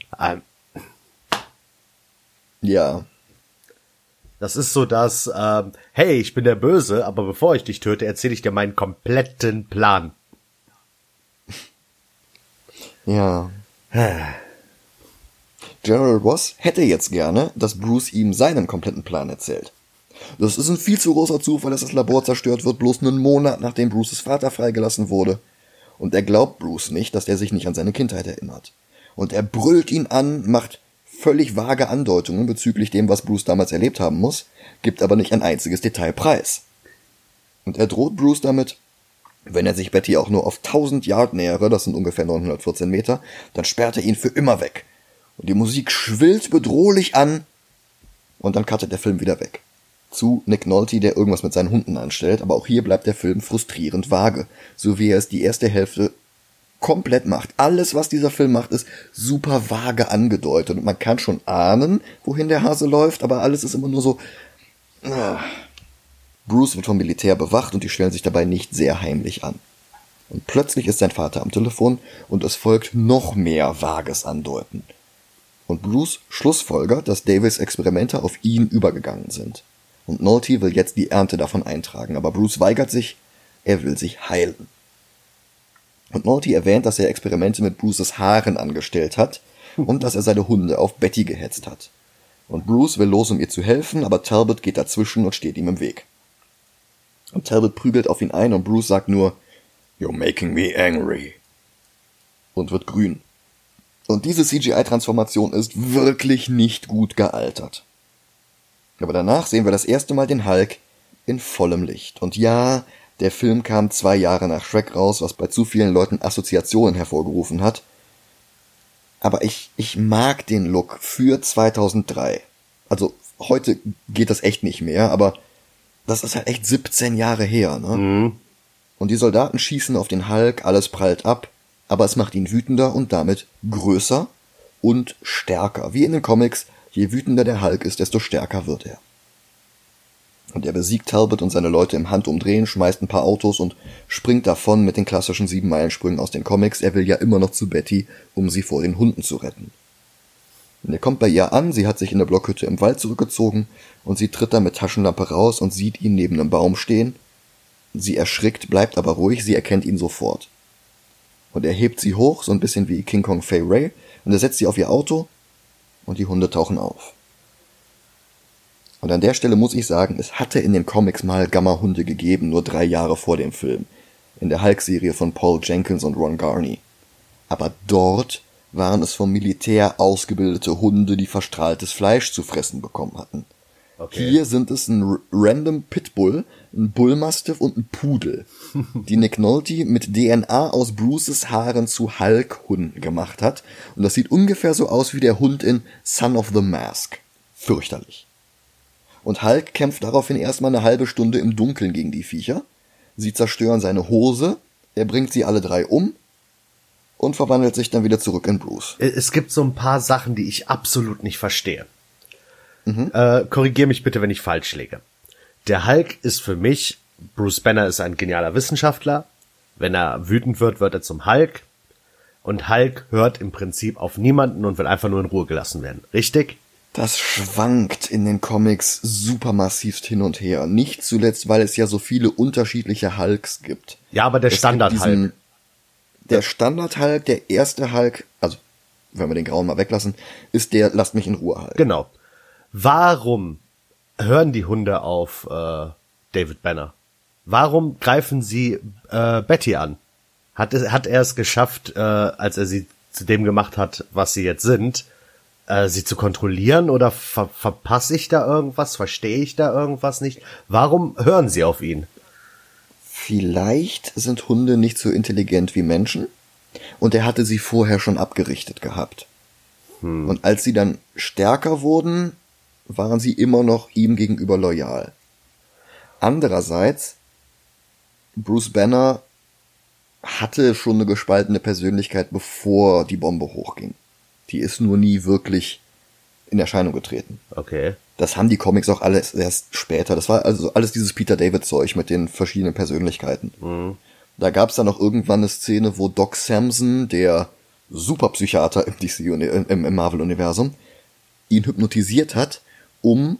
Ja. Das ist so das, hey, ich bin der Böse, aber bevor ich dich töte, erzähle ich dir meinen kompletten Plan. Ja. General Ross hätte jetzt gerne, dass Bruce ihm seinen kompletten Plan erzählt. Das ist ein viel zu großer Zufall, dass das Labor zerstört wird, bloß einen Monat nachdem Bruces Vater freigelassen wurde. Und er glaubt Bruce nicht, dass er sich nicht an seine Kindheit erinnert. Und er brüllt ihn an, macht völlig vage Andeutungen bezüglich dem, was Bruce damals erlebt haben muss, gibt aber nicht ein einziges Detail preis. Und er droht Bruce damit, wenn er sich Betty auch nur auf 1000 Yard nähere, das sind ungefähr 914 Meter, dann sperrt er ihn für immer weg. Und die Musik schwillt bedrohlich an und dann cuttet der Film wieder weg. Zu Nick Nolte, der irgendwas mit seinen Hunden anstellt, aber auch hier bleibt der Film frustrierend vage, so wie er es die erste Hälfte komplett macht. Alles, was dieser Film macht, ist super vage angedeutet und man kann schon ahnen, wohin der Hase läuft, aber alles ist immer nur so... Bruce wird vom Militär bewacht und die stellen sich dabei nicht sehr heimlich an. Und plötzlich ist sein Vater am Telefon und es folgt noch mehr vages Andeuten. Und Bruce schlussfolgert, dass Davis Experimente auf ihn übergegangen sind. Und Nolte will jetzt die Ernte davon eintragen, aber Bruce weigert sich, er will sich heilen. Und Nolte erwähnt, dass er Experimente mit Bruces Haaren angestellt hat und dass er seine Hunde auf Betty gehetzt hat. Und Bruce will los, um ihr zu helfen, aber Talbot geht dazwischen und steht ihm im Weg. Und Talbot prügelt auf ihn ein und Bruce sagt nur, "You're making me angry." Und wird grün. Und diese CGI-Transformation ist wirklich nicht gut gealtert. Aber danach sehen wir das erste Mal den Hulk in vollem Licht. Und ja, der Film kam 2 Jahre nach Shrek raus, was bei zu vielen Leuten Assoziationen hervorgerufen hat. Aber ich mag den Look für 2003. Also heute geht das echt nicht mehr, aber das ist halt echt 17 Jahre her, ne? Mhm. Und die Soldaten schießen auf den Hulk, alles prallt ab, aber es macht ihn wütender und damit größer und stärker. Wie in den Comics, je wütender der Hulk ist, desto stärker wird er. Und er besiegt Talbot und seine Leute im Handumdrehen, schmeißt ein paar Autos und springt davon mit den klassischen 7-Meilen-Sprüngen aus den Comics. Er will ja immer noch zu Betty, um sie vor den Hunden zu retten. Und er kommt bei ihr an, sie hat sich in der Blockhütte im Wald zurückgezogen und sie tritt dann mit Taschenlampe raus und sieht ihn neben einem Baum stehen. Sie erschrickt, bleibt aber ruhig, sie erkennt ihn sofort. Und er hebt sie hoch, so ein bisschen wie King Kong Fay Ray, und er setzt sie auf ihr Auto und die Hunde tauchen auf. Und an der Stelle muss ich sagen, es hatte in den Comics mal Gamma-Hunde gegeben, nur 3 Jahre vor dem Film. In der Hulk-Serie von Paul Jenkins und Ron Garney. Aber dort waren es vom Militär ausgebildete Hunde, die verstrahltes Fleisch zu fressen bekommen hatten. Okay. Hier sind es ein random Pitbull, ein Bullmastiff und ein Pudel, die Nick Nolte mit DNA aus Bruces Haaren zu Hulk-Hunden gemacht hat. Und das sieht ungefähr so aus wie der Hund in Son of the Mask. Fürchterlich. Und Hulk kämpft daraufhin erstmal eine halbe Stunde im Dunkeln gegen die Viecher. Sie zerstören seine Hose, er bringt sie alle 3 um und verwandelt sich dann wieder zurück in Bruce. Es gibt so ein paar Sachen, die ich absolut nicht verstehe. Korrigier mich bitte, wenn ich falsch liege. Der Hulk ist für mich, Bruce Banner ist ein genialer Wissenschaftler. Wenn er wütend wird, wird er zum Hulk. Und Hulk hört im Prinzip auf niemanden und will einfach nur in Ruhe gelassen werden. Richtig? Das schwankt in den Comics super massivst hin und her. Nicht zuletzt, weil es ja so viele unterschiedliche Hulks gibt. Ja, aber der Standard-Hulk. Der Standard-Hulk, der erste Hulk, also wenn wir den grauen mal weglassen, ist der Lasst mich in Ruhe Hulk. Genau. Warum hören die Hunde auf David Banner? Warum greifen sie Betty an? Hat er es geschafft, als er sie zu dem gemacht hat, was sie jetzt sind, sie zu kontrollieren, oder verpasse ich da irgendwas? Verstehe ich da irgendwas nicht? Warum hören sie auf ihn? Vielleicht sind Hunde nicht so intelligent wie Menschen und er hatte sie vorher schon abgerichtet gehabt. Und als sie dann stärker wurden, waren sie immer noch ihm gegenüber loyal. Andererseits, Bruce Banner hatte schon eine gespaltene Persönlichkeit, bevor die Bombe hochging. Die ist nur nie wirklich in Erscheinung getreten. Okay. Das haben die Comics auch alles erst später. Das war also alles dieses Peter David-Zeug mit den verschiedenen Persönlichkeiten. Mhm. Da gab's dann noch irgendwann eine Szene, wo Doc Samson, der Superpsychiater im Marvel-Universum, ihn hypnotisiert hat, um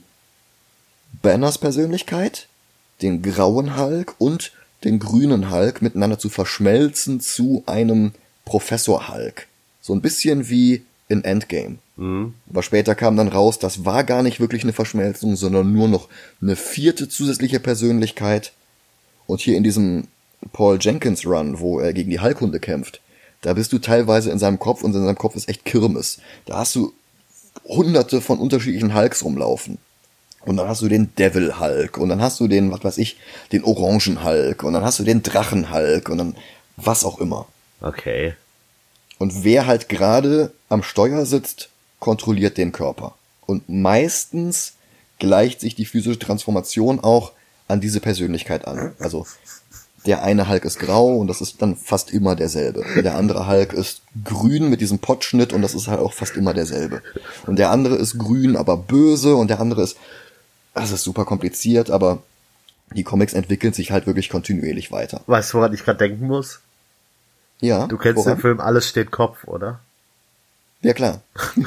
Banners Persönlichkeit, den grauen Hulk und den grünen Hulk miteinander zu verschmelzen zu einem Professor Hulk. So ein bisschen wie in Endgame. Aber später kam dann raus, das war gar nicht wirklich eine Verschmelzung, sondern nur noch eine 4. zusätzliche Persönlichkeit. Und hier in diesem Paul Jenkins Run, wo er gegen die Hulk-Hunde kämpft, da bist du teilweise in seinem Kopf und in seinem Kopf ist echt Kirmes. Da hast du hunderte von unterschiedlichen Hulks rumlaufen. Und dann hast du den Devil Hulk und dann hast du den, was weiß ich, den Orangen Hulk und dann hast du den Drachen Hulk und dann was auch immer. Okay. Und wer halt gerade am Steuer sitzt, kontrolliert den Körper. Und meistens gleicht sich die physische Transformation auch an diese Persönlichkeit an. Also der eine Hulk ist grau und das ist dann fast immer derselbe. Der andere Hulk ist grün mit diesem Pottschnitt und das ist halt auch fast immer derselbe. Und der andere ist grün, aber böse und der andere ist... Das ist super kompliziert, aber die Comics entwickeln sich halt wirklich kontinuierlich weiter. Weißt du, woran ich gerade denken muss? Ja. Du kennst den Film Alles steht Kopf, oder? Ja, klar.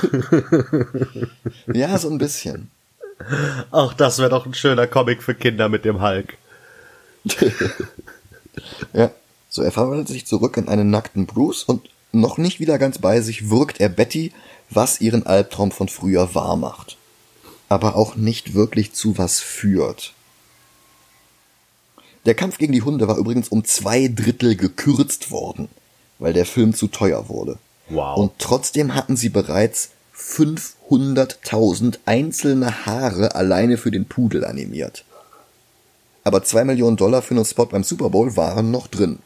Ja, so ein bisschen. Ach, das wäre doch ein schöner Comic für Kinder mit dem Hulk. Ja. So, er verwandelt sich zurück in einen nackten Bruce und noch nicht wieder ganz bei sich wirkt er Betty, was ihren Albtraum von früher wahr macht. Aber auch nicht wirklich zu was führt. Der Kampf gegen die Hunde war übrigens um 2/3 gekürzt worden, weil der Film zu teuer wurde. Wow. Und trotzdem hatten sie bereits 500.000 einzelne Haare alleine für den Pudel animiert. Aber $2 Millionen für einen Spot beim Super Bowl waren noch drin.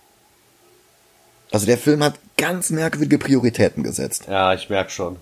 Also der Film hat ganz merkwürdige Prioritäten gesetzt. Ja, ich merk schon.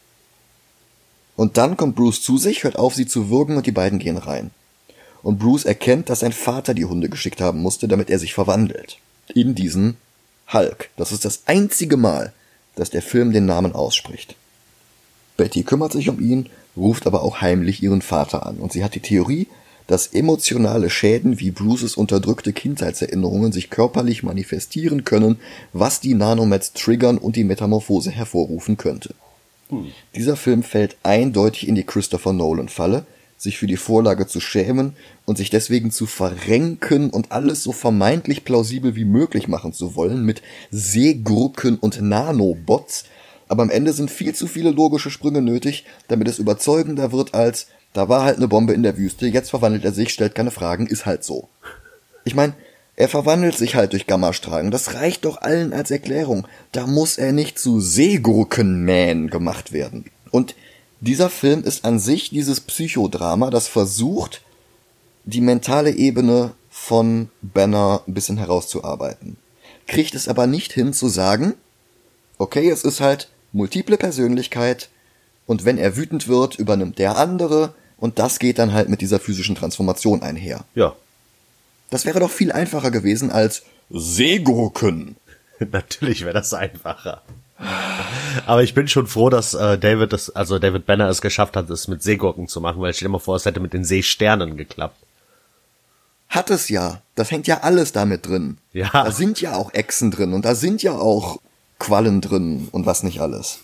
Und dann kommt Bruce zu sich, hört auf, sie zu würgen und die beiden gehen rein. Und Bruce erkennt, dass sein Vater die Hunde geschickt haben musste, damit er sich verwandelt. In diesen Hulk. Das ist das einzige Mal, dass der Film den Namen ausspricht. Betty kümmert sich um ihn, ruft aber auch heimlich ihren Vater an. Und sie hat die Theorie, dass emotionale Schäden wie Bruces unterdrückte Kindheitserinnerungen sich körperlich manifestieren können, was die Nanomeds triggern und die Metamorphose hervorrufen könnte. Dieser Film fällt eindeutig in die Christopher Nolan-Falle, sich für die Vorlage zu schämen und sich deswegen zu verrenken und alles so vermeintlich plausibel wie möglich machen zu wollen mit Seegurken und Nanobots, aber am Ende sind viel zu viele logische Sprünge nötig, damit es überzeugender wird als, da war halt eine Bombe in der Wüste, jetzt verwandelt er sich, stellt keine Fragen, ist halt so. Ich meine, er verwandelt sich halt durch Gammastrahlen. Das reicht doch allen als Erklärung. Da muss er nicht zu Seegurkenman gemacht werden. Und dieser Film ist an sich dieses Psychodrama, das versucht, die mentale Ebene von Banner ein bisschen herauszuarbeiten. Kriegt es aber nicht hin zu sagen, okay, es ist halt multiple Persönlichkeit und wenn er wütend wird, übernimmt der andere und das geht dann halt mit dieser physischen Transformation einher. Ja. Das wäre doch viel einfacher gewesen als Seegurken. Natürlich wäre das einfacher. Aber ich bin schon froh, dass David Banner es geschafft hat, es mit Seegurken zu machen, weil stell dir mal vor, es hätte mit den Seesternen geklappt. Hat es ja. Das hängt ja alles damit drin. Ja. Da sind ja auch Echsen drin und da sind ja auch Quallen drin und was nicht alles.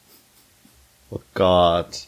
Oh Gott.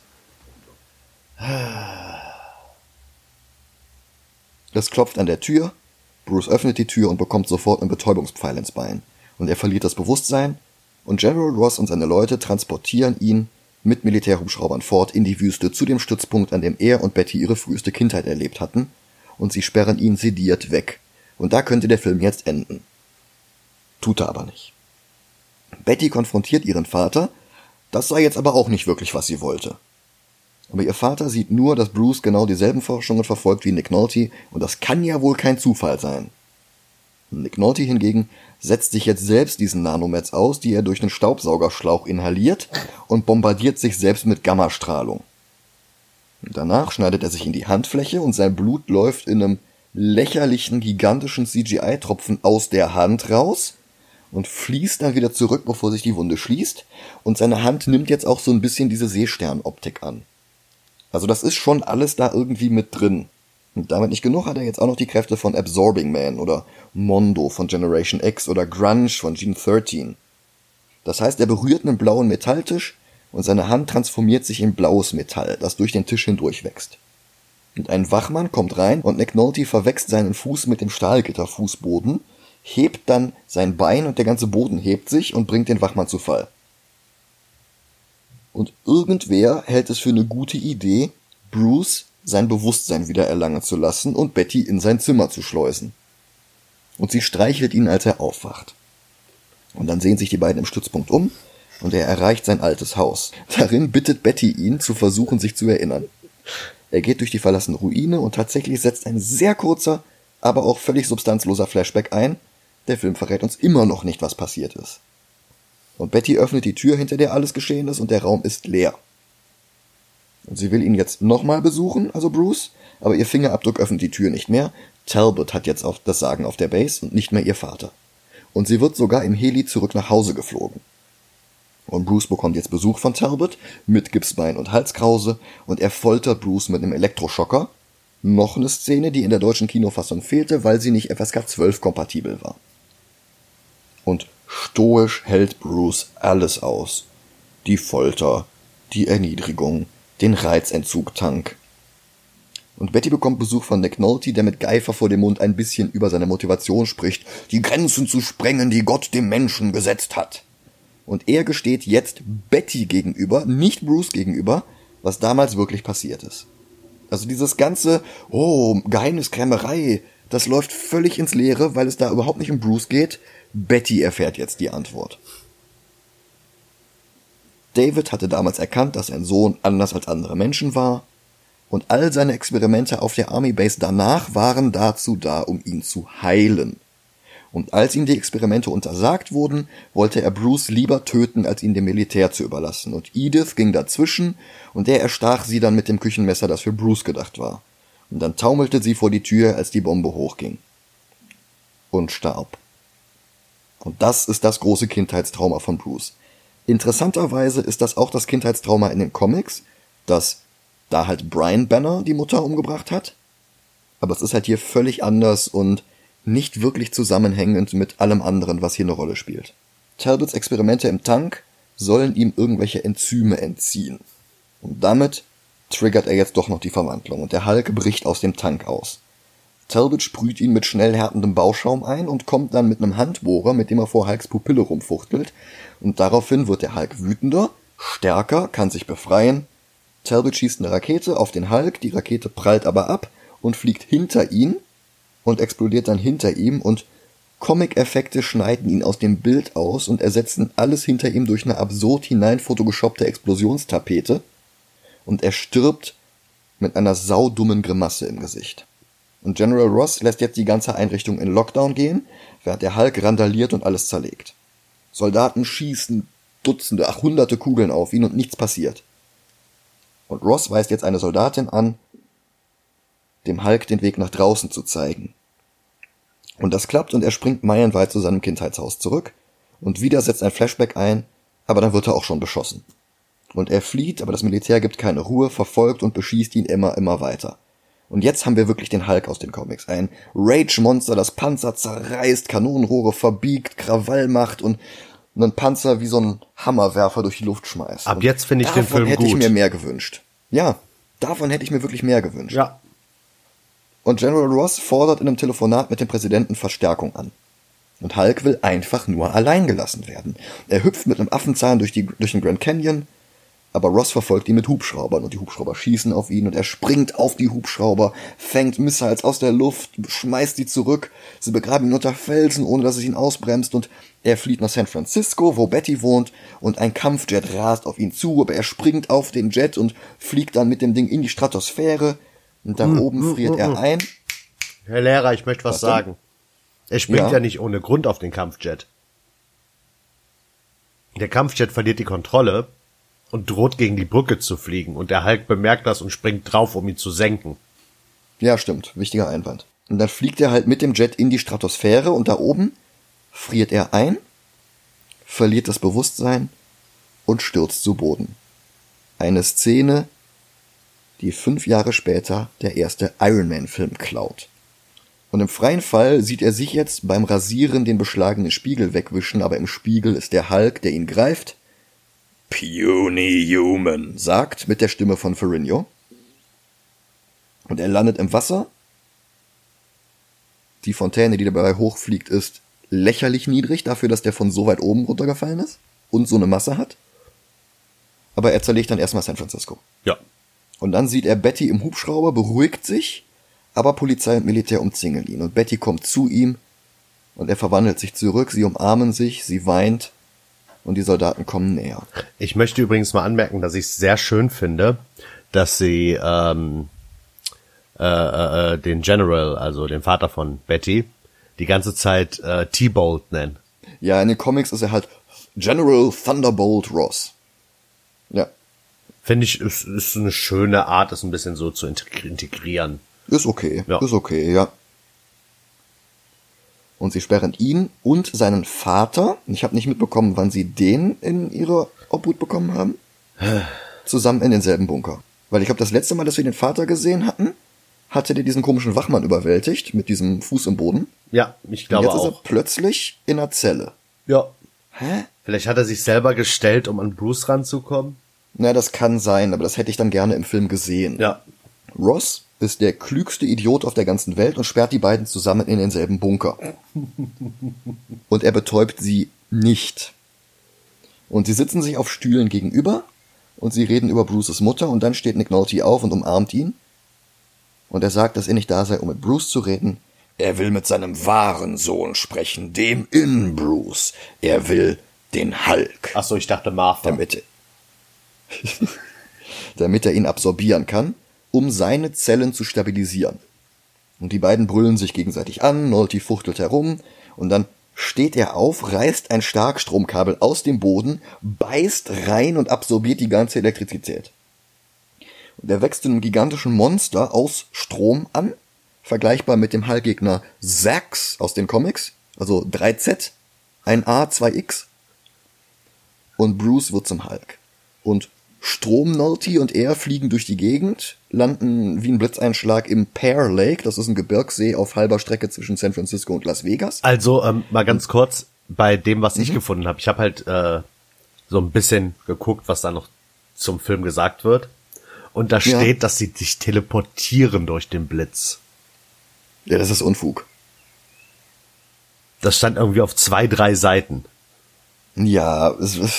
Es klopft an der Tür, Bruce öffnet die Tür und bekommt sofort einen Betäubungspfeil ins Bein. Und er verliert das Bewusstsein und General Ross und seine Leute transportieren ihn mit Militärhubschraubern fort in die Wüste zu dem Stützpunkt, an dem er und Betty ihre früheste Kindheit erlebt hatten, und sie sperren ihn sediert weg. Und da könnte der Film jetzt enden. Tut er aber nicht. Betty konfrontiert ihren Vater, das sei jetzt aber auch nicht wirklich, was sie wollte. Aber ihr Vater sieht nur, dass Bruce genau dieselben Forschungen verfolgt wie Nick Nolte, und das kann ja wohl kein Zufall sein. Nick Nolte hingegen setzt sich jetzt selbst diesen Nanomeds aus, die er durch den Staubsaugerschlauch inhaliert, und bombardiert sich selbst mit Gammastrahlung. Danach schneidet er sich in die Handfläche und sein Blut läuft in einem lächerlichen, gigantischen CGI-Tropfen aus der Hand raus und fließt dann wieder zurück, bevor sich die Wunde schließt, und seine Hand nimmt jetzt auch so ein bisschen diese Seesternoptik an. Also das ist schon alles da irgendwie mit drin. Und damit nicht genug hat er jetzt auch noch die Kräfte von Absorbing Man oder Mondo von Generation X oder Grunge von Gene 13. Das heißt, er berührt einen blauen Metalltisch und seine Hand transformiert sich in blaues Metall, das durch den Tisch hindurch wächst. Und ein Wachmann kommt rein und Nick Nolte verwechselt seinen Fuß mit dem Stahlgitterfußboden, hebt dann sein Bein und der ganze Boden hebt sich und bringt den Wachmann zu Fall. und irgendwer hält es für eine gute Idee, Bruce sein Bewusstsein wieder erlangen zu lassen und Betty in sein Zimmer zu schleusen. Und sie streichelt ihn, als er aufwacht. Und dann sehen sich die beiden im Stützpunkt um und er erreicht sein altes Haus. Darin bittet Betty ihn, zu versuchen, sich zu erinnern. Er geht durch die verlassene Ruine und tatsächlich setzt ein sehr kurzer, aber auch völlig substanzloser Flashback ein. Der Film verrät uns immer noch nicht, was passiert ist. Und Betty öffnet die Tür, hinter der alles geschehen ist, und der Raum ist leer. Und sie will ihn jetzt nochmal besuchen, also Bruce, aber ihr Fingerabdruck öffnet die Tür nicht mehr. Talbot hat jetzt auch das Sagen auf der Base und nicht mehr ihr Vater. Und sie wird sogar im Heli zurück nach Hause geflogen. Und Bruce bekommt jetzt Besuch von Talbot mit Gipsbein und Halskrause und er foltert Bruce mit einem Elektroschocker. Noch eine Szene, die in der deutschen Kinofassung fehlte, weil sie nicht FSK 12 kompatibel war. Und stoisch hält Bruce alles aus. Die Folter, die Erniedrigung, den Reizentzug-Tank. Und Betty bekommt Besuch von Nick Nolte, der mit Geifer vor dem Mund ein bisschen über seine Motivation spricht, die Grenzen zu sprengen, die Gott dem Menschen gesetzt hat. Und er gesteht jetzt Betty gegenüber, nicht Bruce gegenüber, was damals wirklich passiert ist. Also dieses ganze, Geheimniskrämerei, das läuft völlig ins Leere, weil es da überhaupt nicht um Bruce geht. Betty erfährt jetzt die Antwort. David hatte damals erkannt, dass sein Sohn anders als andere Menschen war. Und all seine Experimente auf der Army Base danach waren dazu da, um ihn zu heilen. Und als ihm die Experimente untersagt wurden, wollte er Bruce lieber töten, als ihn dem Militär zu überlassen. Und Edith ging dazwischen und er erstach sie dann mit dem Küchenmesser, das für Bruce gedacht war. Und dann taumelte sie vor die Tür, als die Bombe hochging. Und starb. Und das ist das große Kindheitstrauma von Bruce. Interessanterweise ist das auch das Kindheitstrauma in den Comics, dass da halt Brian Banner die Mutter umgebracht hat. Aber es ist halt hier völlig anders und nicht wirklich zusammenhängend mit allem anderen, was hier eine Rolle spielt. Talbots Experimente im Tank sollen ihm irgendwelche Enzyme entziehen. Und damit triggert er jetzt doch noch die Verwandlung und der Hulk bricht aus dem Tank aus. Talbot sprüht ihn mit schnell härtendem Bauschaum ein und kommt dann mit einem Handbohrer, mit dem er vor Hulks Pupille rumfuchtelt. Und daraufhin wird der Hulk wütender, stärker, kann sich befreien. Talbot schießt eine Rakete auf den Hulk, die Rakete prallt aber ab und fliegt hinter ihn und explodiert dann hinter ihm und Comic-Effekte schneiden ihn aus dem Bild aus und ersetzen alles hinter ihm durch eine absurd hineinphotoshoppte Explosionstapete und er stirbt mit einer saudummen Grimasse im Gesicht. Und General Ross lässt jetzt die ganze Einrichtung in Lockdown gehen, während der Hulk randaliert und alles zerlegt. Soldaten schießen Dutzende, Hunderte Kugeln auf ihn und nichts passiert. Und Ross weist jetzt eine Soldatin an, dem Hulk den Weg nach draußen zu zeigen. Und das klappt und er springt meilenweit zu seinem Kindheitshaus zurück und wieder setzt ein Flashback ein, aber dann wird er auch schon beschossen. Und er flieht, aber das Militär gibt keine Ruhe, verfolgt und beschießt ihn immer weiter. Und jetzt haben wir wirklich den Hulk aus den Comics. Ein Rage-Monster, das Panzer zerreißt, Kanonenrohre verbiegt, Krawall macht und einen Panzer wie so ein Hammerwerfer durch die Luft schmeißt. Ab jetzt finde ich den Film gut. Davon hätte ich mir mehr gewünscht. Ja, davon hätte ich mir wirklich mehr gewünscht. Ja. Und General Ross fordert in einem Telefonat mit dem Präsidenten Verstärkung an. Und Hulk will einfach nur allein gelassen werden. Er hüpft mit einem Affenzahn durch den Grand Canyon, aber Ross verfolgt ihn mit Hubschraubern und die Hubschrauber schießen auf ihn und er springt auf die Hubschrauber, fängt Missiles aus der Luft, schmeißt die zurück, sie begraben ihn unter Felsen, ohne dass es ihn ausbremst und er flieht nach San Francisco, wo Betty wohnt und ein Kampfjet rast auf ihn zu, aber er springt auf den Jet und fliegt dann mit dem Ding in die Stratosphäre und da oben friert er ein. Herr Lehrer, ich möchte was sagen. Er springt ja nicht ohne Grund auf den Kampfjet. Der Kampfjet verliert die Kontrolle und droht gegen die Brücke zu fliegen. Und der Hulk bemerkt das und springt drauf, um ihn zu senken. Ja, stimmt. Wichtiger Einwand. Und dann fliegt er halt mit dem Jet in die Stratosphäre und da oben friert er ein, verliert das Bewusstsein und stürzt zu Boden. Eine Szene, die 5 Jahre später der erste Iron Man-Film klaut. Und im freien Fall sieht er sich jetzt beim Rasieren den beschlagenen Spiegel wegwischen, aber im Spiegel ist der Hulk, der ihn greift, Puny Human, sagt mit der Stimme von Ferrigno. Und er landet im Wasser. Die Fontäne, die dabei hochfliegt, ist lächerlich niedrig dafür, dass der von so weit oben runtergefallen ist und so eine Masse hat. aber er zerlegt dann erstmal San Francisco. Ja. Und dann sieht er Betty im Hubschrauber, beruhigt sich, aber Polizei und Militär umzingeln ihn. Und Betty kommt zu ihm und er verwandelt sich zurück, sie umarmen sich, sie weint und die Soldaten kommen näher. Ich möchte übrigens mal anmerken, dass ich es sehr schön finde, dass sie den General, also den Vater von Betty, die ganze Zeit T-Bolt nennen. Ja, in den Comics ist er halt General Thunderbolt Ross. Ja. Finde ich, ist eine schöne Art, das ein bisschen so zu integrieren. Ist okay, ja. Ist okay, ja. Und sie sperren ihn und seinen Vater, ich habe nicht mitbekommen, wann sie den in ihre Obhut bekommen haben, zusammen in denselben Bunker. Weil ich glaube, das letzte Mal, dass wir den Vater gesehen hatten, hatte der diesen komischen Wachmann überwältigt, mit diesem Fuß im Boden. Ja, ich glaube auch. Und jetzt ist er plötzlich in einer Zelle. Ja. Hä? Vielleicht hat er sich selber gestellt, um an Bruce ranzukommen. Na, das kann sein, aber das hätte ich dann gerne im Film gesehen. Ja. Ross ist der klügste Idiot auf der ganzen Welt und sperrt die beiden zusammen in denselben Bunker. Und er betäubt sie nicht. Und sie sitzen sich auf Stühlen gegenüber und sie reden über Bruces Mutter und dann steht Nick Nolte auf und umarmt ihn. Und er sagt, dass er nicht da sei, um mit Bruce zu reden. Er will mit seinem wahren Sohn sprechen, dem in Bruce. Er will den Hulk. Ach so, ich dachte Martha. Damit er ihn absorbieren kann, um seine Zellen zu stabilisieren. Und die beiden brüllen sich gegenseitig an, Nolte fuchtelt herum und dann steht er auf, reißt ein Starkstromkabel aus dem Boden, beißt rein und absorbiert die ganze Elektrizität. Und er wächst zu einem gigantischen Monster aus Strom an, vergleichbar mit dem Hulk-Gegner Zax aus den Comics, also 3Z, ein A, 2X. Und Bruce wird zum Hulk. Und Strom-Nolte und er fliegen durch die Gegend, landen wie ein Blitzeinschlag im Pear Lake, das ist ein Gebirgssee auf halber Strecke zwischen San Francisco und Las Vegas. Also, mal ganz kurz, bei dem, was ich gefunden habe, ich habe halt so ein bisschen geguckt, was da noch zum Film gesagt wird. Und da steht, dass sie sich teleportieren durch den Blitz. Ja, das ist Unfug. Das stand irgendwie auf 2, 3 Seiten. Ja,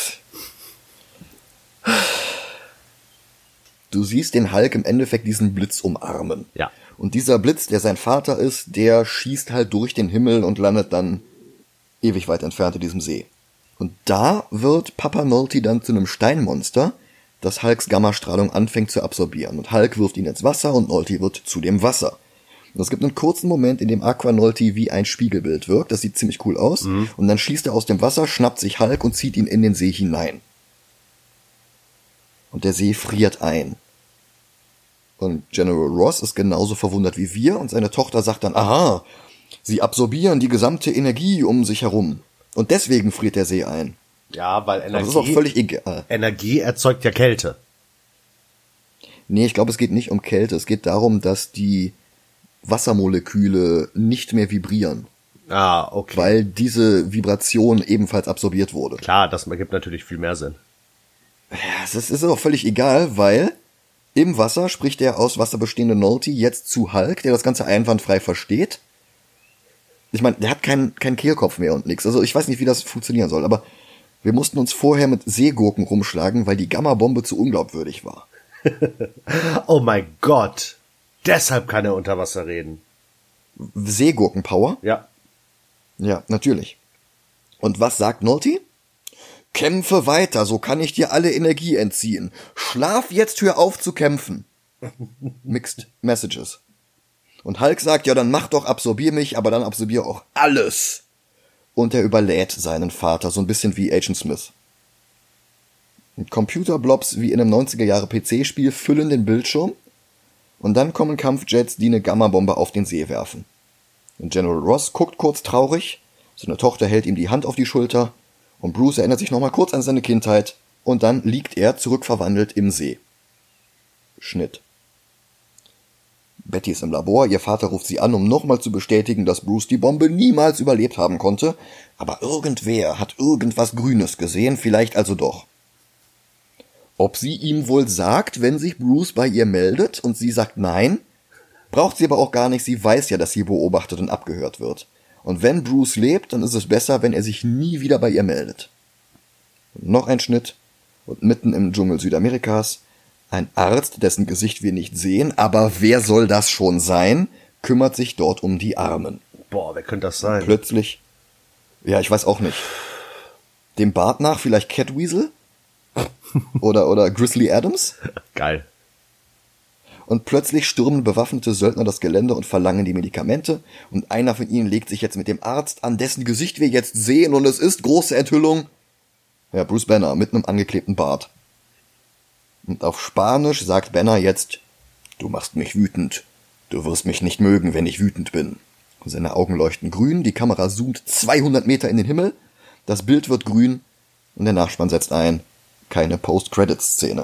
du siehst den Hulk im Endeffekt diesen Blitz umarmen. Ja. Und dieser Blitz, der sein Vater ist, der schießt halt durch den Himmel und landet dann ewig weit entfernt in diesem See. Und da wird Papa Nolte dann zu einem Steinmonster, das Hulks Gammastrahlung anfängt zu absorbieren. Und Hulk wirft ihn ins Wasser und Nolte wird zu dem Wasser. Und es gibt einen kurzen Moment, in dem Aqua Nolte wie ein Spiegelbild wirkt. Das sieht ziemlich cool aus. Und dann schießt er aus dem Wasser, schnappt sich Hulk und zieht ihn in den See hinein. Und der See friert ein. Und General Ross ist genauso verwundert wie wir und seine Tochter sagt dann, aha, sie absorbieren die gesamte Energie um sich herum. Und deswegen friert der See ein. Ja, weil Energie, das ist auch völlig egal. Energie erzeugt ja Kälte. Nee, ich glaube, es geht nicht um Kälte. Es geht darum, dass die Wassermoleküle nicht mehr vibrieren. Ah, okay. Weil diese Vibration ebenfalls absorbiert wurde. Klar, das ergibt natürlich viel mehr Sinn. Ja, es ist auch völlig egal, weil im Wasser spricht der aus Wasser bestehende Nolte jetzt zu Hulk, der das Ganze einwandfrei versteht. Ich meine, der hat keinen Kehlkopf mehr und nix. Also ich weiß nicht, wie das funktionieren soll, aber wir mussten uns vorher mit Seegurken rumschlagen, weil die Gamma-Bombe zu unglaubwürdig war. Oh mein Gott. Deshalb kann er unter Wasser reden. Seegurkenpower? Ja. Ja, natürlich. Und was sagt Nolte? Kämpfe weiter, so kann ich dir alle Energie entziehen. Schlaf jetzt, hör auf zu kämpfen. Mixed Messages. Und Hulk sagt, ja, dann mach doch, absorbier mich, aber dann absorbier auch alles. Und er überlädt seinen Vater, so ein bisschen wie Agent Smith. Und Computerblobs wie in einem 90er-Jahre-PC-Spiel füllen den Bildschirm und dann kommen Kampfjets, die eine Gammabombe auf den See werfen. Und General Ross guckt kurz traurig, seine Tochter hält ihm die Hand auf die Schulter und Bruce erinnert sich nochmal kurz an seine Kindheit und dann liegt er zurückverwandelt im See. Schnitt. Betty ist im Labor, ihr Vater ruft sie an, um nochmal zu bestätigen, dass Bruce die Bombe niemals überlebt haben konnte, aber irgendwer hat irgendwas Grünes gesehen, vielleicht also doch. Ob sie ihm wohl sagt, wenn sich Bruce bei ihr meldet und sie sagt nein, braucht sie aber auch gar nicht, sie weiß ja, dass sie beobachtet und abgehört wird. Und wenn Bruce lebt, dann ist es besser, wenn er sich nie wieder bei ihr meldet. Und noch ein Schnitt Und mitten im Dschungel Südamerikas ein Arzt, dessen Gesicht wir nicht sehen, aber wer soll das schon sein, kümmert sich dort um die Armen. Boah, wer könnte das sein? Plötzlich, ja, ich weiß auch nicht. Dem Bart nach vielleicht Catweasel? oder Grizzly Adams? Geil. Und plötzlich stürmen bewaffnete Söldner das Gelände und verlangen die Medikamente. Und einer von ihnen legt sich jetzt mit dem Arzt an, dessen Gesicht wir jetzt sehen. Und es ist, große Enthüllung, ja, Bruce Banner mit einem angeklebten Bart. Und auf Spanisch sagt Banner jetzt, du machst mich wütend. Du wirst mich nicht mögen, wenn ich wütend bin. Seine Augen leuchten grün, die Kamera zoomt 200 Meter in den Himmel, das Bild wird grün und der Nachspann setzt ein. Keine Post-Credits-Szene.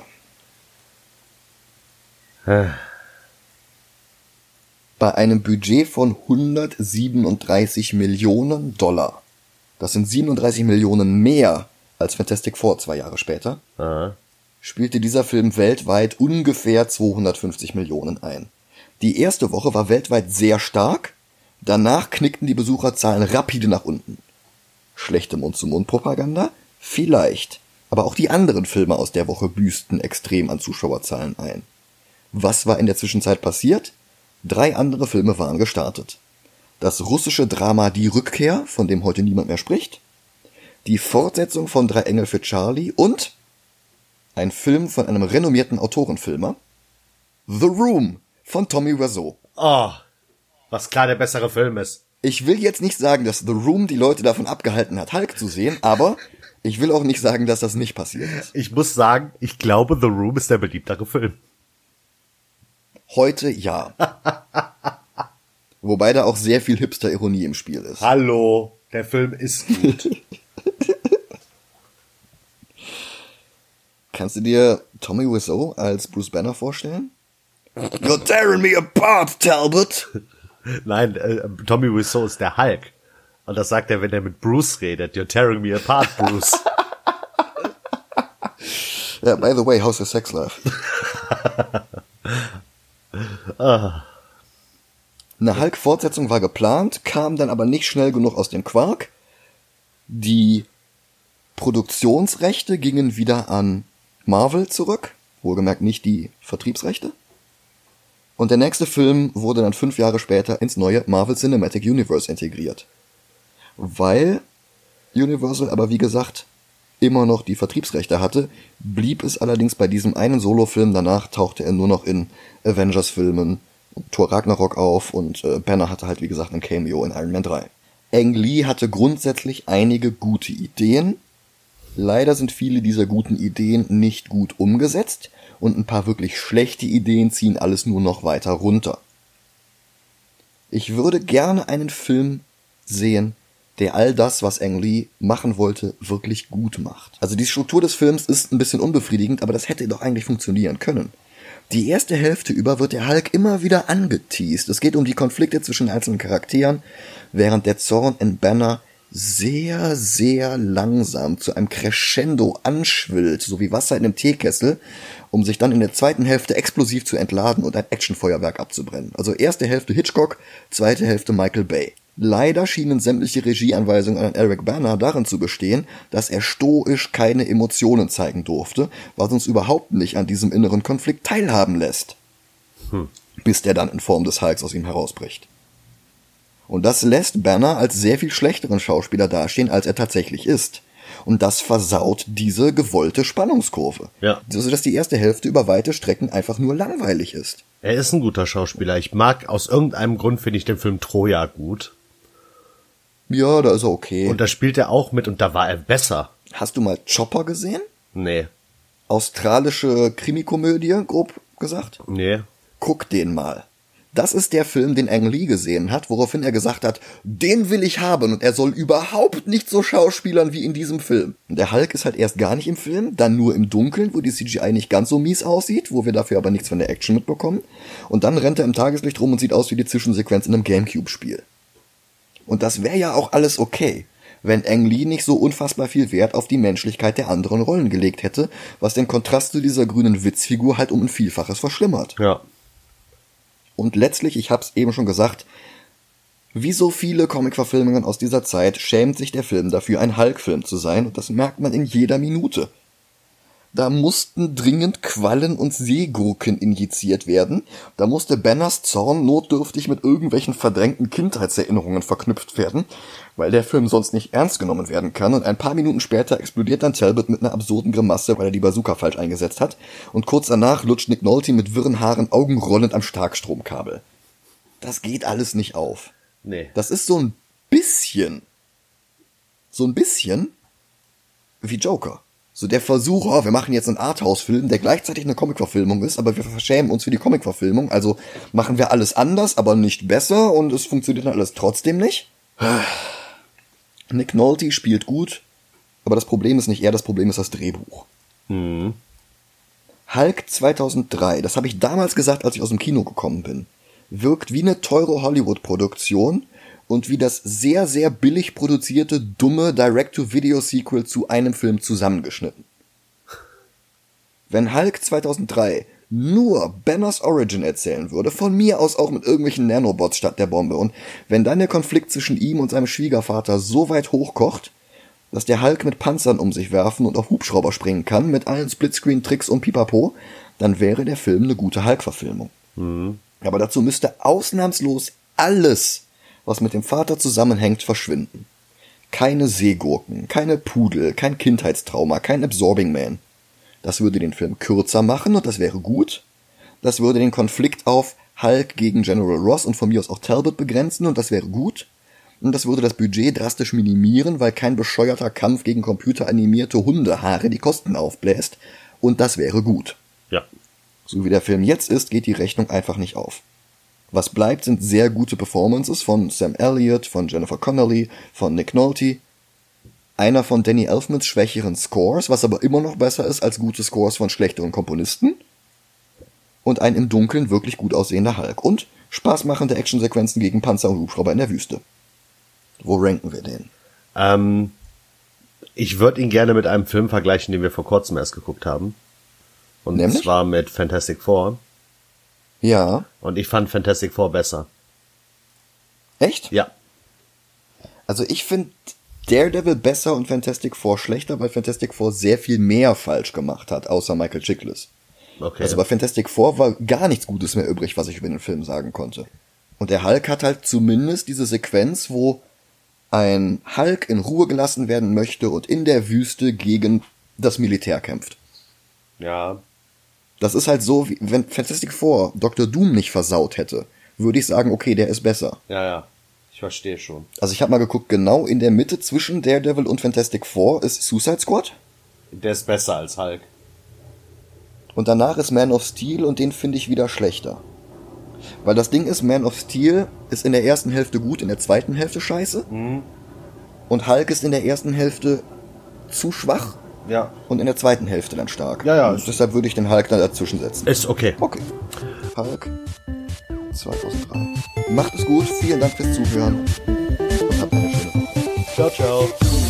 Bei einem Budget von 137 Millionen $, das sind 37 Millionen mehr als Fantastic Four 2 Jahre später, spielte dieser Film weltweit ungefähr 250 Millionen ein. Die erste Woche war weltweit sehr stark, danach knickten die Besucherzahlen rapide nach unten. Schlechte Mund-zu-Mund-Propaganda? Vielleicht. Aber auch die anderen Filme aus der Woche büßten extrem an Zuschauerzahlen ein. Was war in der Zwischenzeit passiert? 3 andere Filme waren gestartet. Das russische Drama Die Rückkehr, von dem heute niemand mehr spricht, die Fortsetzung von 3 Engel für Charlie und ein Film von einem renommierten Autorenfilmer, The Room von Tommy Wiseau. Oh, was klar der bessere Film ist. Ich will jetzt nicht sagen, dass The Room die Leute davon abgehalten hat, Hulk zu sehen, aber ich will auch nicht sagen, dass das nicht passiert ist. Ich muss sagen, ich glaube, The Room ist der beliebtere Film. Heute ja. Wobei da auch sehr viel Hipster-Ironie im Spiel ist. Hallo, der Film ist gut. Kannst du dir Tommy Wiseau als Bruce Banner vorstellen? You're tearing me apart, Talbot! Nein, Tommy Wiseau ist der Hulk. Und das sagt er, wenn er mit Bruce redet. You're tearing me apart, Bruce. Ja, by the way, how's your sex life? Eine Hulk-Fortsetzung war geplant, kam dann aber nicht schnell genug aus dem Quark. Die Produktionsrechte gingen wieder an Marvel zurück, wohlgemerkt nicht die Vertriebsrechte. Und der nächste Film wurde dann 5 Jahre später ins neue Marvel Cinematic Universe integriert. Weil Universal aber wie gesagt immer noch die Vertriebsrechte hatte, blieb es allerdings bei diesem einen Solofilm. Danach tauchte er nur noch in Avengers-Filmen, Thor Ragnarok auf und Banner hatte halt wie gesagt ein Cameo in Iron Man 3. Ang Lee hatte grundsätzlich einige gute Ideen. Leider sind viele dieser guten Ideen nicht gut umgesetzt und ein paar wirklich schlechte Ideen ziehen alles nur noch weiter runter. Ich würde gerne einen Film sehen, der all das, was Ang Lee machen wollte, wirklich gut macht. Also die Struktur des Films ist ein bisschen unbefriedigend, aber das hätte doch eigentlich funktionieren können. Die erste Hälfte über wird der Hulk immer wieder angeteast. Es geht um die Konflikte zwischen einzelnen Charakteren, während der Zorn in Banner sehr, sehr langsam zu einem Crescendo anschwillt, so wie Wasser in einem Teekessel, um sich dann in der zweiten Hälfte explosiv zu entladen und ein Actionfeuerwerk abzubrennen. Also erste Hälfte Hitchcock, zweite Hälfte Michael Bay. Leider schienen sämtliche Regieanweisungen an Eric Bana darin zu bestehen, dass er stoisch keine Emotionen zeigen durfte, was uns überhaupt nicht an diesem inneren Konflikt teilhaben lässt. Bis der dann in Form des Hulks aus ihm herausbricht. Und das lässt Banner als sehr viel schlechteren Schauspieler dastehen, als er tatsächlich ist. Und das versaut diese gewollte Spannungskurve. Ja. Also, dass die erste Hälfte über weite Strecken einfach nur langweilig ist. Er ist ein guter Schauspieler. Ich mag, aus irgendeinem Grund finde ich den Film Troja gut. Ja, da ist er okay. Und da spielt er auch mit und da war er besser. Hast du mal Chopper gesehen? Nee. Australische Krimikomödie, grob gesagt? Nee. Guck den mal. Das ist der Film, den Ang Lee gesehen hat, woraufhin er gesagt hat, den will ich haben und er soll überhaupt nicht so schauspielern wie in diesem Film. Und der Hulk ist halt erst gar nicht im Film, dann nur im Dunkeln, wo die CGI nicht ganz so mies aussieht, wo wir dafür aber nichts von der Action mitbekommen. Und dann rennt er im Tageslicht rum und sieht aus wie die Zwischensequenz in einem Gamecube-Spiel. Und das wäre ja auch alles okay, wenn Ang Lee nicht so unfassbar viel Wert auf die Menschlichkeit der anderen Rollen gelegt hätte, was den Kontrast zu dieser grünen Witzfigur halt um ein Vielfaches verschlimmert. Ja. Und letztlich, ich hab's eben schon gesagt, wie so viele Comic-Verfilmungen aus dieser Zeit schämt sich der Film dafür, ein Hulk-Film zu sein, und das merkt man in jeder Minute. Da mussten dringend Quallen und Seegurken injiziert werden. Da musste Banners Zorn notdürftig mit irgendwelchen verdrängten Kindheitserinnerungen verknüpft werden, weil der Film sonst nicht ernst genommen werden kann. Und ein paar Minuten später explodiert dann Talbot mit einer absurden Grimasse, weil er die Bazooka falsch eingesetzt hat. Und kurz danach lutscht Nick Nolte mit wirren Haaren augenrollend am Starkstromkabel. Das geht alles nicht auf. Nee. Das ist so ein bisschen wie Joker. So der Versuch, wir machen jetzt einen Arthouse-Film, der gleichzeitig eine Comic-Verfilmung ist, aber wir verschämen uns für die Comic-Verfilmung, also machen wir alles anders, aber nicht besser und es funktioniert dann alles trotzdem nicht. Nick Nolte spielt gut, aber das Problem ist nicht er, das Problem ist das Drehbuch. Mhm. Hulk 2003, das habe ich damals gesagt, als ich aus dem Kino gekommen bin, wirkt wie eine teure Hollywood-Produktion und wie das sehr, sehr billig produzierte, dumme Direct-to-Video-Sequel zu einem Film zusammengeschnitten. Wenn Hulk 2003 nur Banners Origin erzählen würde, von mir aus auch mit irgendwelchen Nanobots statt der Bombe, und wenn dann der Konflikt zwischen ihm und seinem Schwiegervater so weit hochkocht, dass der Hulk mit Panzern um sich werfen und auf Hubschrauber springen kann, mit allen Splitscreen-Tricks und Pipapo, dann wäre der Film eine gute Hulk-Verfilmung. Mhm. Aber dazu müsste ausnahmslos alles, was mit dem Vater zusammenhängt, verschwinden. Keine Seegurken, keine Pudel, kein Kindheitstrauma, kein Absorbing Man. Das würde den Film kürzer machen und das wäre gut. Das würde den Konflikt auf Hulk gegen General Ross und von mir aus auch Talbot begrenzen und das wäre gut. Und das würde das Budget drastisch minimieren, weil kein bescheuerter Kampf gegen computeranimierte Hundehaare die Kosten aufbläst. Und das wäre gut. Ja. So wie der Film jetzt ist, geht die Rechnung einfach nicht auf. Was bleibt, sind sehr gute Performances von Sam Elliott, von Jennifer Connelly, von Nick Nolte. Einer von Danny Elfmans schwächeren Scores, was aber immer noch besser ist als gute Scores von schlechteren Komponisten. Und ein im Dunkeln wirklich gut aussehender Hulk. Und spaßmachende Actionsequenzen gegen Panzer und Hubschrauber in der Wüste. Wo ranken wir den? Ich würde ihn gerne mit einem Film vergleichen, den wir vor kurzem erst geguckt haben. Und Nämlich? zwar mit Fantastic Four. Ja. Und ich fand Fantastic Four besser. Echt? Ja. Also ich finde Daredevil besser und Fantastic Four schlechter, weil Fantastic Four sehr viel mehr falsch gemacht hat, außer Michael Chiklis. Okay. Also bei Fantastic Four war gar nichts Gutes mehr übrig, was ich über den Film sagen konnte. Und der Hulk hat halt zumindest diese Sequenz, wo ein Hulk in Ruhe gelassen werden möchte und in der Wüste gegen das Militär kämpft. Ja. Das ist halt so, wie wenn Fantastic Four Dr. Doom nicht versaut hätte, würde ich sagen, okay, der ist besser. Ja. Ich verstehe schon. Also ich habe mal geguckt, genau in der Mitte zwischen Daredevil und Fantastic Four ist Suicide Squad. Der ist besser als Hulk. Und danach ist Man of Steel und den finde ich wieder schlechter. Weil das Ding ist, Man of Steel ist in der ersten Hälfte gut, in der zweiten Hälfte scheiße. Mhm. Und Hulk ist in der ersten Hälfte zu schwach. Ja. Und in der zweiten Hälfte dann stark. Ja. Und deshalb würde ich den Hulk dann dazwischen setzen. Ist okay. Okay. Hulk 2003. Macht es gut, vielen Dank fürs Zuhören und habt eine schöne Woche. Ciao.